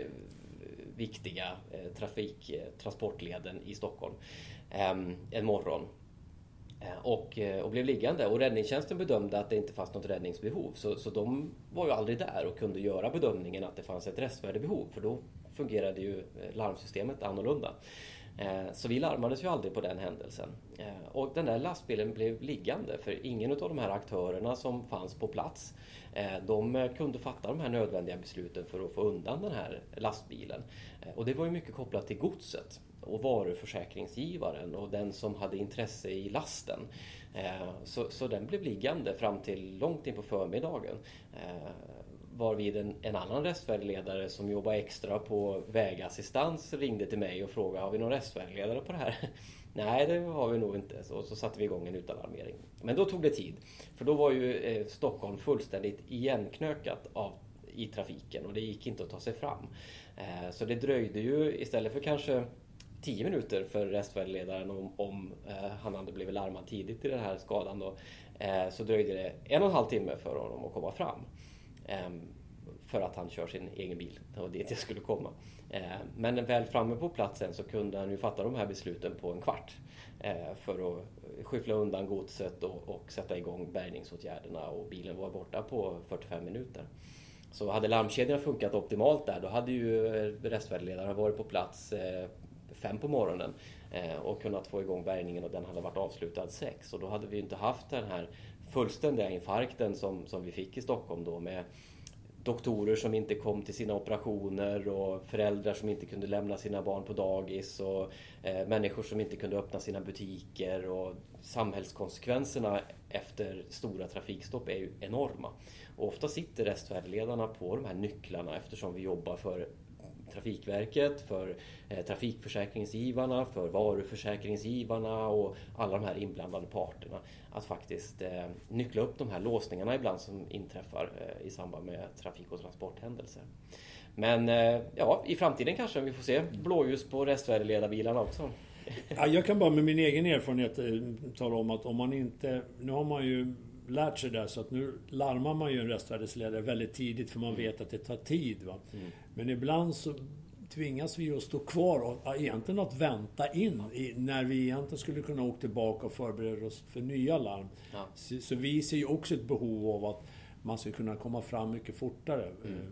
S2: viktiga transportleden i Stockholm en morgon. Och blev liggande, och räddningstjänsten bedömde att det inte fanns något räddningsbehov, så de var ju aldrig där och kunde göra bedömningen att det fanns ett restvärdebehov, för då fungerade ju larmsystemet annorlunda. Så vi larmades ju aldrig på den händelsen. Och den där lastbilen blev liggande, för ingen av de här aktörerna som fanns på plats, de kunde fatta de här nödvändiga besluten för att få undan den här lastbilen. Och det var ju mycket kopplat till godset och varuförsäkringsgivaren och den som hade intresse i lasten. Så den blev liggande fram till långt in på förmiddagen. Varvid en annan restväderledare som jobbar extra på vägassistans ringde till mig och frågade: har vi någon restväderledare på det här? Nej, det har vi nog inte. Så satte vi igång en utalarmering. Men då tog det tid. För då var ju Stockholm fullständigt igenknökat i trafiken, och det gick inte att ta sig fram. Så det dröjde ju, istället för kanske 10 minuter för restväderledaren om han hade blivit larmad tidigt i den här skadan då, så dröjde det 1,5 timme för honom att komma fram. För att han kör sin egen bil. Det var dit jag skulle komma. Men väl framme på platsen så kunde han ju fatta de här besluten på en kvart. För att skyffla undan godset och sätta igång bärgningsåtgärderna, och bilen var borta på 45 minuter. Så hade larmkedjan funkat optimalt där, då hade ju restväderledaren varit på plats 5 på morgonen och kunnat få igång bärgningen, och den hade varit avslutad 6. Och då hade vi inte haft den här fullständiga infarkten som vi fick i Stockholm då, med doktorer som inte kom till sina operationer och föräldrar som inte kunde lämna sina barn på dagis och människor som inte kunde öppna sina butiker, och samhällskonsekvenserna efter stora trafikstopp är ju enorma. Och ofta sitter restväderledarna på de här nycklarna, eftersom vi jobbar för Trafikverket, för trafikförsäkringsgivarna, för varuförsäkringsgivarna och alla de här inblandade parterna, att faktiskt nyckla upp de här låsningarna ibland som inträffar i samband med trafik- och transporthändelser. Men i framtiden kanske vi får se blåljus på restväderledarbilarna också.
S1: Ja, jag kan bara med min egen erfarenhet tala om att om man inte... Nu har man ju lärt sig där, så att nu larmar man ju en restvärdesledare väldigt tidigt, för man vet att det tar tid. Va? Men ibland så tvingas vi att stå kvar och egentligen att vänta in när vi egentligen skulle kunna åka tillbaka och förbereda oss för nya larm. Ja. Så vi ser ju också ett behov av att man ska kunna komma fram mycket fortare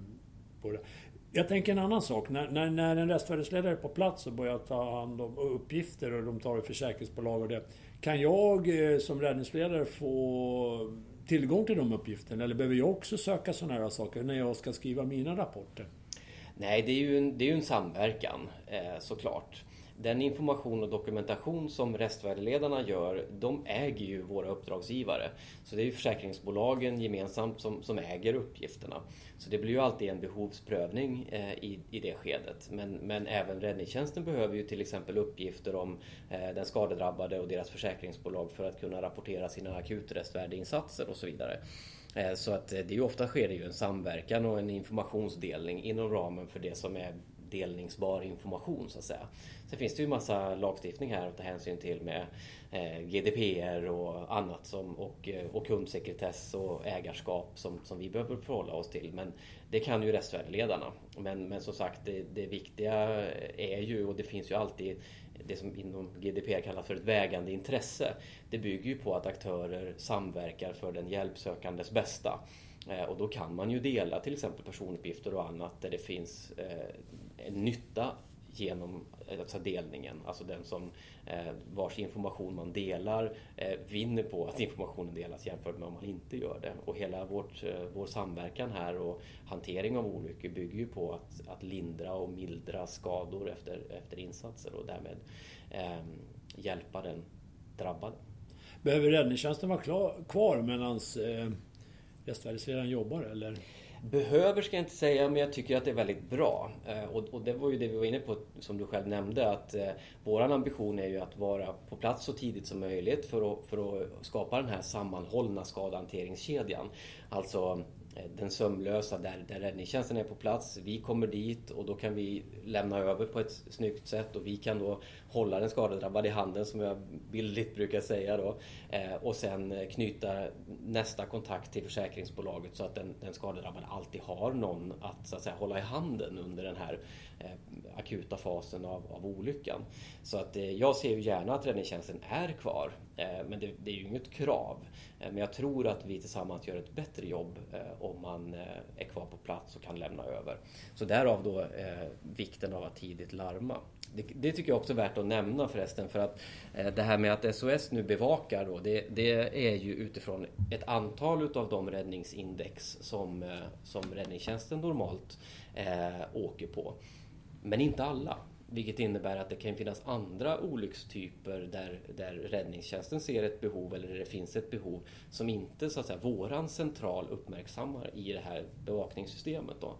S1: på det. Jag tänker en annan sak. När en restvärdesledare är på plats och börjar ta hand om uppgifter, och de tar i försäkringsbolag och det, kan jag som räddningsledare få tillgång till de uppgifterna, eller behöver jag också söka sådana här saker när jag ska skriva mina rapporter?
S2: Nej, det är ju en samverkan, såklart. Den information och dokumentation som restvärdeledarna gör, de äger ju våra uppdragsgivare. Så det är ju försäkringsbolagen gemensamt som äger uppgifterna. Så det blir ju alltid en behovsprövning i det skedet. Men även räddningstjänsten behöver ju till exempel uppgifter om den skadedrabbade och deras försäkringsbolag för att kunna rapportera sina akutrestvärdinsatser och så vidare. Så att det är ju ofta sker det ju en samverkan och en informationsdelning inom ramen för det som är delningsbar information så att säga. Sen finns det ju massa lagstiftning här att ta hänsyn till med GDPR och annat och kundsekretess och ägarskap som vi behöver förhålla oss till. Men det kan ju restvärdeledarna. Men som sagt, det viktiga är ju, och det finns ju alltid det som inom GDPR kallas för ett vägande intresse. Det bygger ju på att aktörer samverkar för den hjälpsökandes bästa. Och då kan man ju dela till exempel personuppgifter och annat där det finns en nytta genom alltså delningen. Alltså den som vars information man delar vinner på att informationen delas jämfört med om man inte gör det. Och hela vår samverkan här och hantering av olyckor bygger ju på att lindra och mildra skador efter insatser och därmed hjälpa den drabbade.
S1: Behöver räddningstjänsten vara kvar medan restvärdeledaren jobbar eller?
S2: Behöver ska jag inte säga, men jag tycker att det är väldigt bra. Och det var ju det vi var inne på som du själv nämnde, att våran ambition är ju att vara på plats så tidigt som möjligt för att skapa den här sammanhållna skadehanteringskedjan. Alltså den sömlösa där räddningstjänsten är på plats. Vi kommer dit och då kan vi lämna över på ett snyggt sätt och vi kan då hålla den skadedrabbade i handen som jag bildligt brukar säga då. Och sen knyta nästa kontakt till försäkringsbolaget så att den skadedrabbade alltid har någon att så att säga hålla i handen under den här akuta fasen av olyckan. Så att jag ser ju gärna att räddningstjänsten är kvar, men det är ju inget krav. Men jag tror att vi tillsammans gör ett bättre jobb om man är kvar på plats och kan lämna över. Så därav då vikten av att tidigt larma. Det tycker jag också är värt att nämna förresten, för att det här med att SOS nu bevakar då, det är ju utifrån ett antal av de räddningsindex som räddningstjänsten normalt åker på. Men inte alla. Vilket innebär att det kan finnas andra olyckstyper där räddningstjänsten ser ett behov eller där det finns ett behov som inte så att säga våran central uppmärksammar i det här bevakningssystemet då.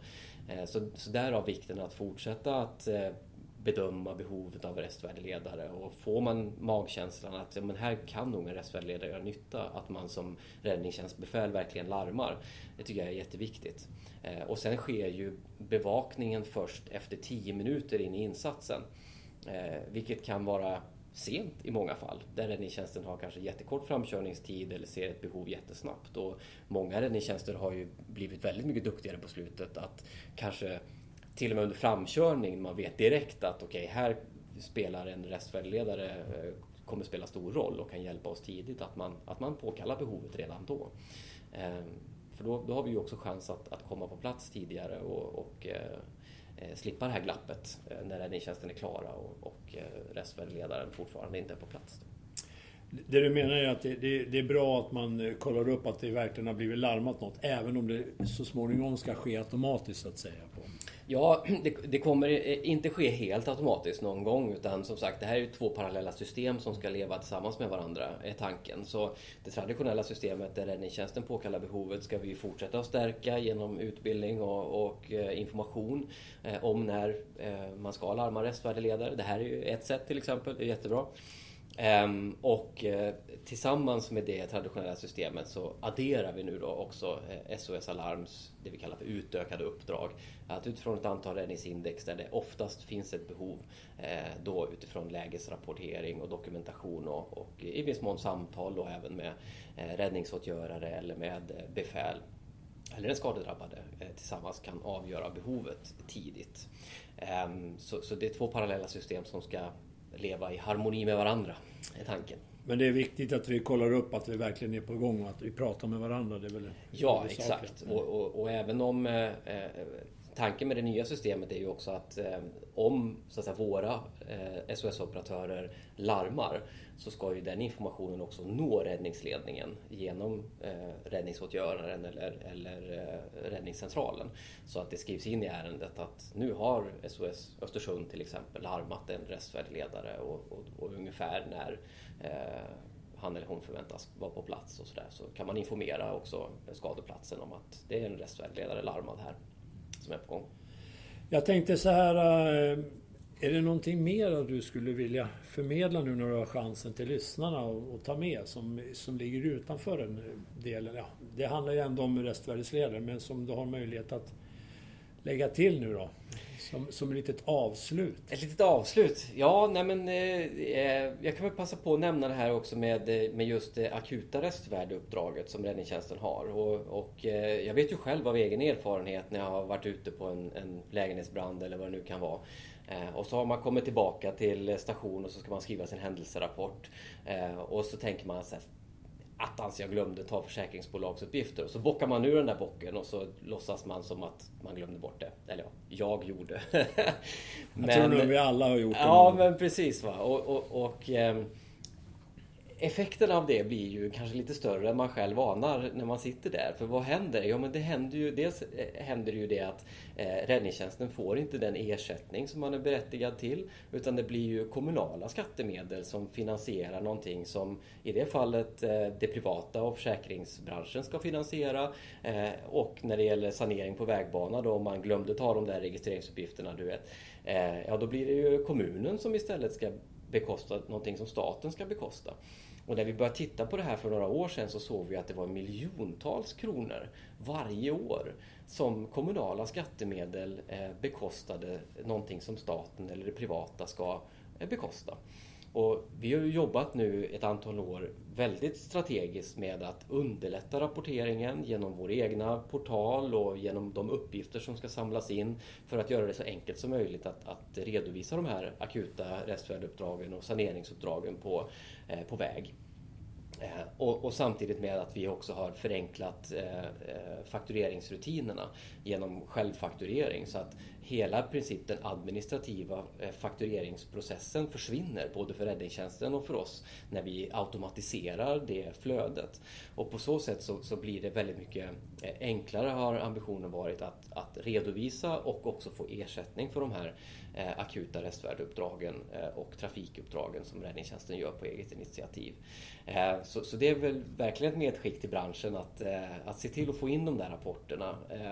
S2: Så därav vikten att fortsätta att bedöma behovet av restvärdeledare, och får man magkänslan att men här kan nog en restvärdeledare göra nytta, att man som räddningstjänstbefäl verkligen larmar. Det tycker jag är jätteviktigt. Och sen sker ju bevakningen först efter 10 minuter in i insatsen, vilket kan vara sent i många fall, där räddningstjänsten har kanske jättekort framkörningstid eller ser ett behov jättesnabbt. Och många räddningstjänster har ju blivit väldigt mycket duktigare på slutet att kanske till och med under framkörning man vet direkt att okej, här spelar en restvärdeledare kommer spela stor roll och kan hjälpa oss tidigt, att man påkallar behovet redan då. För då har vi ju också chans att komma på plats tidigare och slippa det här glappet när räddningstjänsten är klara och restvärdeledaren fortfarande inte är på plats.
S1: Det du menar är att det är bra att man kollar upp att det verkligen har blivit larmat något, även om det så småningom ska ske automatiskt så att säga?
S2: Ja, det kommer inte ske helt automatiskt någon gång, utan som sagt, det här är ju 2 parallella system som ska leva tillsammans med varandra, är tanken. Så det traditionella systemet där räddningstjänsten påkallar behovet ska vi fortsätta att stärka genom utbildning och information om när man ska larma restvärdeledare. Det här är ju ett sätt till exempel, det är jättebra. Och tillsammans med det traditionella systemet så adderar vi nu då också SOS Alarms, det vi kallar för utökade uppdrag. Att utifrån ett antal räddningsindex där det oftast finns ett behov, då utifrån lägesrapportering och dokumentation och i viss mån samtal och även med räddningsåtgörare eller med befäl eller den skadedrabbade tillsammans kan avgöra behovet tidigt. Så det är 2 parallella system som ska leva i harmoni med varandra, är tanken.
S1: Men det är viktigt att vi kollar upp att vi verkligen är på gång och att vi pratar med varandra. Det är väl
S2: ja, exakt. Och även om tanken med det nya systemet är ju också att om så att säga, våra SOS-operatörer larmar, så ska ju den informationen också nå räddningsledningen genom räddningsåtgöraren eller räddningscentralen. Så att det skrivs in i ärendet att nu har SOS Östersund till exempel larmat en restvärdeledare och ungefär när han eller hon förväntas vara på plats och så kan man informera också skadeplatsen om att det är en restvärdeledare larmad här som är på gång.
S1: Jag tänkte så här, är det någonting mer du skulle vilja förmedla nu när du har chansen till lyssnarna och ta med som ligger utanför den delen? Ja, det handlar ju ändå om restvärdeledare, men som du har möjlighet att lägga till nu då Som ett litet avslut.
S2: Ett litet avslut. Ja, nej men jag kan väl passa på att nämna det här också med just det akuta restvärduppdraget som räddningstjänsten har. Och jag vet ju själv av egen erfarenhet när jag har varit ute på en lägenhetsbrand eller vad det nu kan vara. Och så har man kommit tillbaka till station och så ska man skriva sin händelserapport. Och så tänker man så här, attans jag glömde ta försäkringsbolagsuppgifter. Och så bockar man ur den där bocken och så låtsas man som att man glömde bort det. Eller ja, jag gjorde.
S1: Jag tror nog vi alla har gjort det.
S2: Ja, men precis va. Och effekten av det blir ju kanske lite större än man själv anar när man sitter där. För vad händer? Ja, men det händer ju, dels händer det ju det att räddningstjänsten får inte den ersättning som man är berättigad till, utan det blir ju kommunala skattemedel som finansierar någonting som i det fallet det privata och försäkringsbranschen ska finansiera. Och när det gäller sanering på vägbana då, om man glömde ta de där registreringsuppgifterna, du vet, ja då blir det ju kommunen som istället ska bekosta någonting som staten ska bekosta. Och när vi började titta på det här för några år sedan så såg vi att det var miljontals kronor varje år som kommunala skattemedel bekostade någonting som staten eller det privata ska bekosta. Och vi har ju jobbat nu ett antal år väldigt strategiskt med att underlätta rapporteringen genom vår egna portal och genom de uppgifter som ska samlas in för att göra det så enkelt som möjligt att redovisa de här akuta restvärduppdragen och saneringsuppdragen på väg. Och samtidigt med att vi också har förenklat faktureringsrutinerna genom självfakturering så att hela princip den administrativa faktureringsprocessen försvinner både för räddningstjänsten och för oss när vi automatiserar det flödet. Och på så sätt så blir det väldigt mycket enklare, har ambitionen varit att redovisa och också få ersättning för de här akuta restvärduppdragen och trafikuppdragen som räddningstjänsten gör på eget initiativ. Så det är väl verkligen ett medskick till branschen att se till att få in de där rapporterna.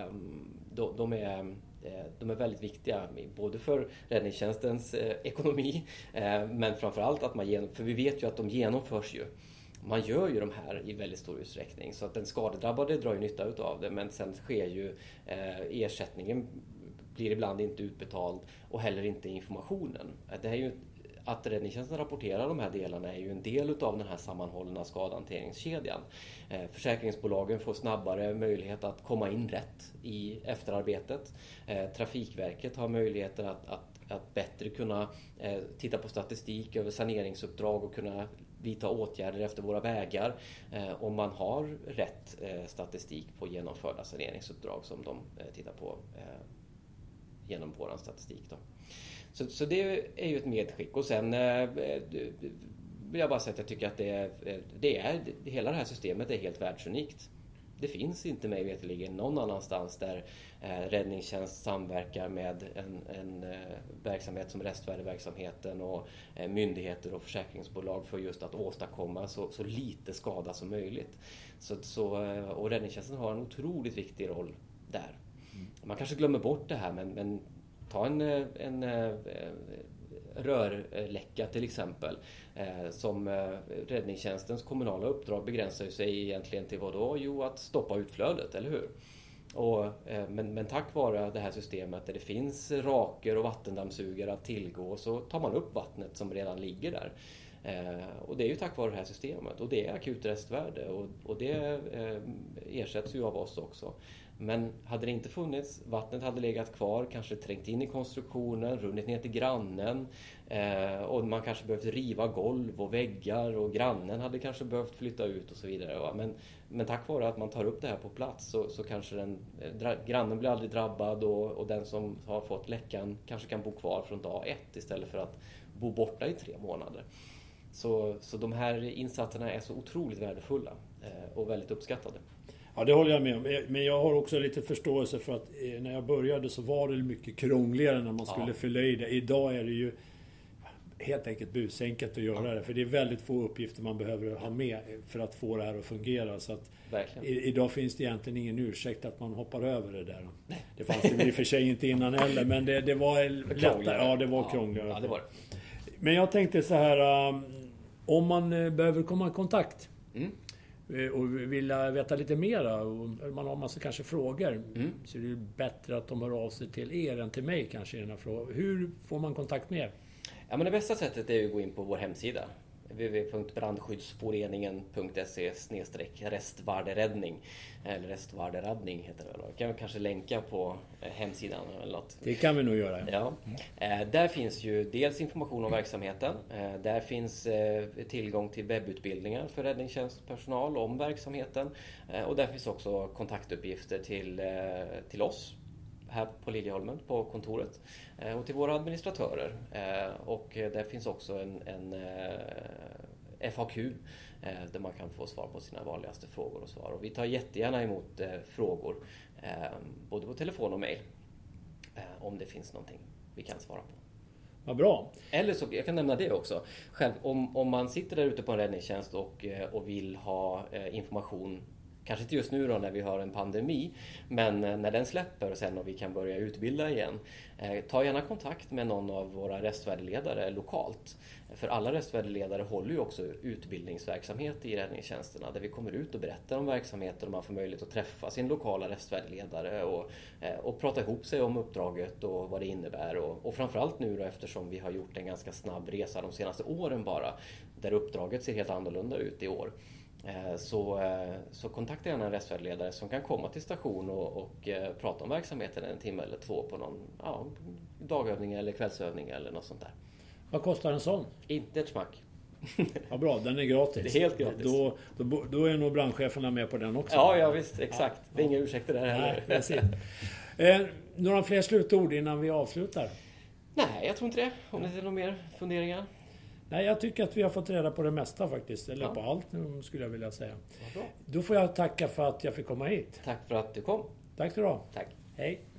S2: De är väldigt viktiga både för räddningstjänstens ekonomi men framförallt att för vi vet ju att de genomförs ju. Man gör ju de här i väldigt stor utsträckning så att den skadedrabbade drar ju nytta utav det, men sen sker ju ersättningen blir ibland inte utbetald och heller inte informationen. Det är ju att räddningstjänsten rapporterar de här delarna är ju en del utav den här sammanhållna skadehanteringskedjan. Försäkringsbolagen får snabbare möjlighet att komma in rätt i efterarbetet. Trafikverket har möjligheter att bättre kunna titta på statistik över saneringsuppdrag och kunna vidta åtgärder efter våra vägar om man har rätt statistik på genomförda saneringsuppdrag som de tittar på genom våran statistik då. Så det är ju ett medskick. Och sen vill jag bara säga att jag tycker att hela det här systemet är helt världsunikt. Det finns inte mig veterligen någon annanstans där räddningstjänst samverkar med en verksamhet som restvärdeverksamheten och myndigheter och försäkringsbolag för just att åstadkomma så lite skada som möjligt. Och räddningstjänsten har en otroligt viktig roll där. Man kanske glömmer bort det här, men ta en rörläcka till exempel som räddningstjänstens kommunala uppdrag begränsar sig egentligen till vad då? Jo, att stoppa utflödet, eller hur? Men tack vare det här systemet där det finns raker och vattendammsugare att tillgå så tar man upp vattnet som redan ligger där. Och det är ju tack vare det här systemet och det är akut restvärde och det ersätts ju av oss också. Men hade det inte funnits, vattnet hade legat kvar, kanske trängt in i konstruktionen, runnit ner till grannen och man kanske behövt riva golv och väggar och grannen hade kanske behövt flytta ut och så vidare. Va? Men tack vare att man tar upp det här på plats så kanske grannen blir aldrig drabbad och den som har fått läckan kanske kan bo kvar från dag 1 istället för att bo borta i 3 månader. Så de här insatserna är så otroligt värdefulla och väldigt uppskattade.
S1: Ja, det håller jag med om. Men jag har också lite förståelse för att när jag började så var det mycket krångligare när man skulle fylla i det. Idag är det ju helt enkelt busenkelt att göra det. För det är väldigt få uppgifter man behöver ha med för att få det här att fungera. Så att idag finns det egentligen ingen ursäkt att man hoppar över det där. Det fanns det i och för sig inte innan heller, men det var lättare. Ja, det var krångligare.
S2: Ja, det var det.
S1: Men jag tänkte så här, om man behöver komma i kontakt och vill veta lite mera och man har massa kanske frågor, så det är bättre att de hör av sig till er än till mig kanske i den här frågan. Hur får man kontakt med er?
S2: Ja, men det bästa sättet är att gå in på vår hemsida www.brandskyddsforeningen.se/restvarderäddning eller restvarderäddning heter det. Då kan vi kanske länka på hemsidan eller något.
S1: Det kan vi nog göra.
S2: Ja. Där finns ju dels information om verksamheten. Där finns tillgång till webbutbildningar för räddningstjänstpersonal om verksamheten. Och där finns också kontaktuppgifter till oss här på Liljeholmen på kontoret och till våra administratörer. Och där finns också en FAQ där man kan få svar på sina vanligaste frågor och svar. Och vi tar jättegärna emot frågor både på telefon och mejl om det finns någonting vi kan svara på.
S1: Vad bra.
S2: Eller så, jag kan nämna det också. Själv, om man sitter där ute på en räddningstjänst och vill ha information, kanske inte just nu då när vi har en pandemi, men när den släpper och sen och vi kan börja utbilda igen. Ta gärna kontakt med någon av våra restvärdeledare lokalt. För alla restvärdeledare håller ju också utbildningsverksamhet i räddningstjänsterna där vi kommer ut och berättar om verksamheten och man får möjlighet att träffa sin lokala restvärdeledare och prata ihop sig om uppdraget och vad det innebär. Och framförallt nu då, eftersom vi har gjort en ganska snabb resa de senaste åren bara, där uppdraget ser helt annorlunda ut i år. Så kontakta gärna en restvärdeledare som kan komma till station och prata om verksamheten en timme eller två på någon dagövning eller kvällsövning eller något sånt där.
S1: Vad kostar en sån?
S2: Inte ett smack.
S1: Ja, bra, den är gratis.
S2: Det är helt gratis.
S1: Då är nog brandcheferna med på den också.
S2: Ja visst, exakt. Det är inga ursäkter där heller.
S1: Några fler slutord innan vi avslutar?
S2: Nej, jag tror inte det. Om det är några mer funderingar.
S1: Nej, jag tycker att vi har fått reda på det mesta faktiskt. Eller på allt skulle jag vilja säga.
S2: Bra.
S1: Då får jag tacka för att jag fick komma hit.
S2: Tack för att du kom.
S1: Tack ska du ha.
S2: Tack.
S1: Hej.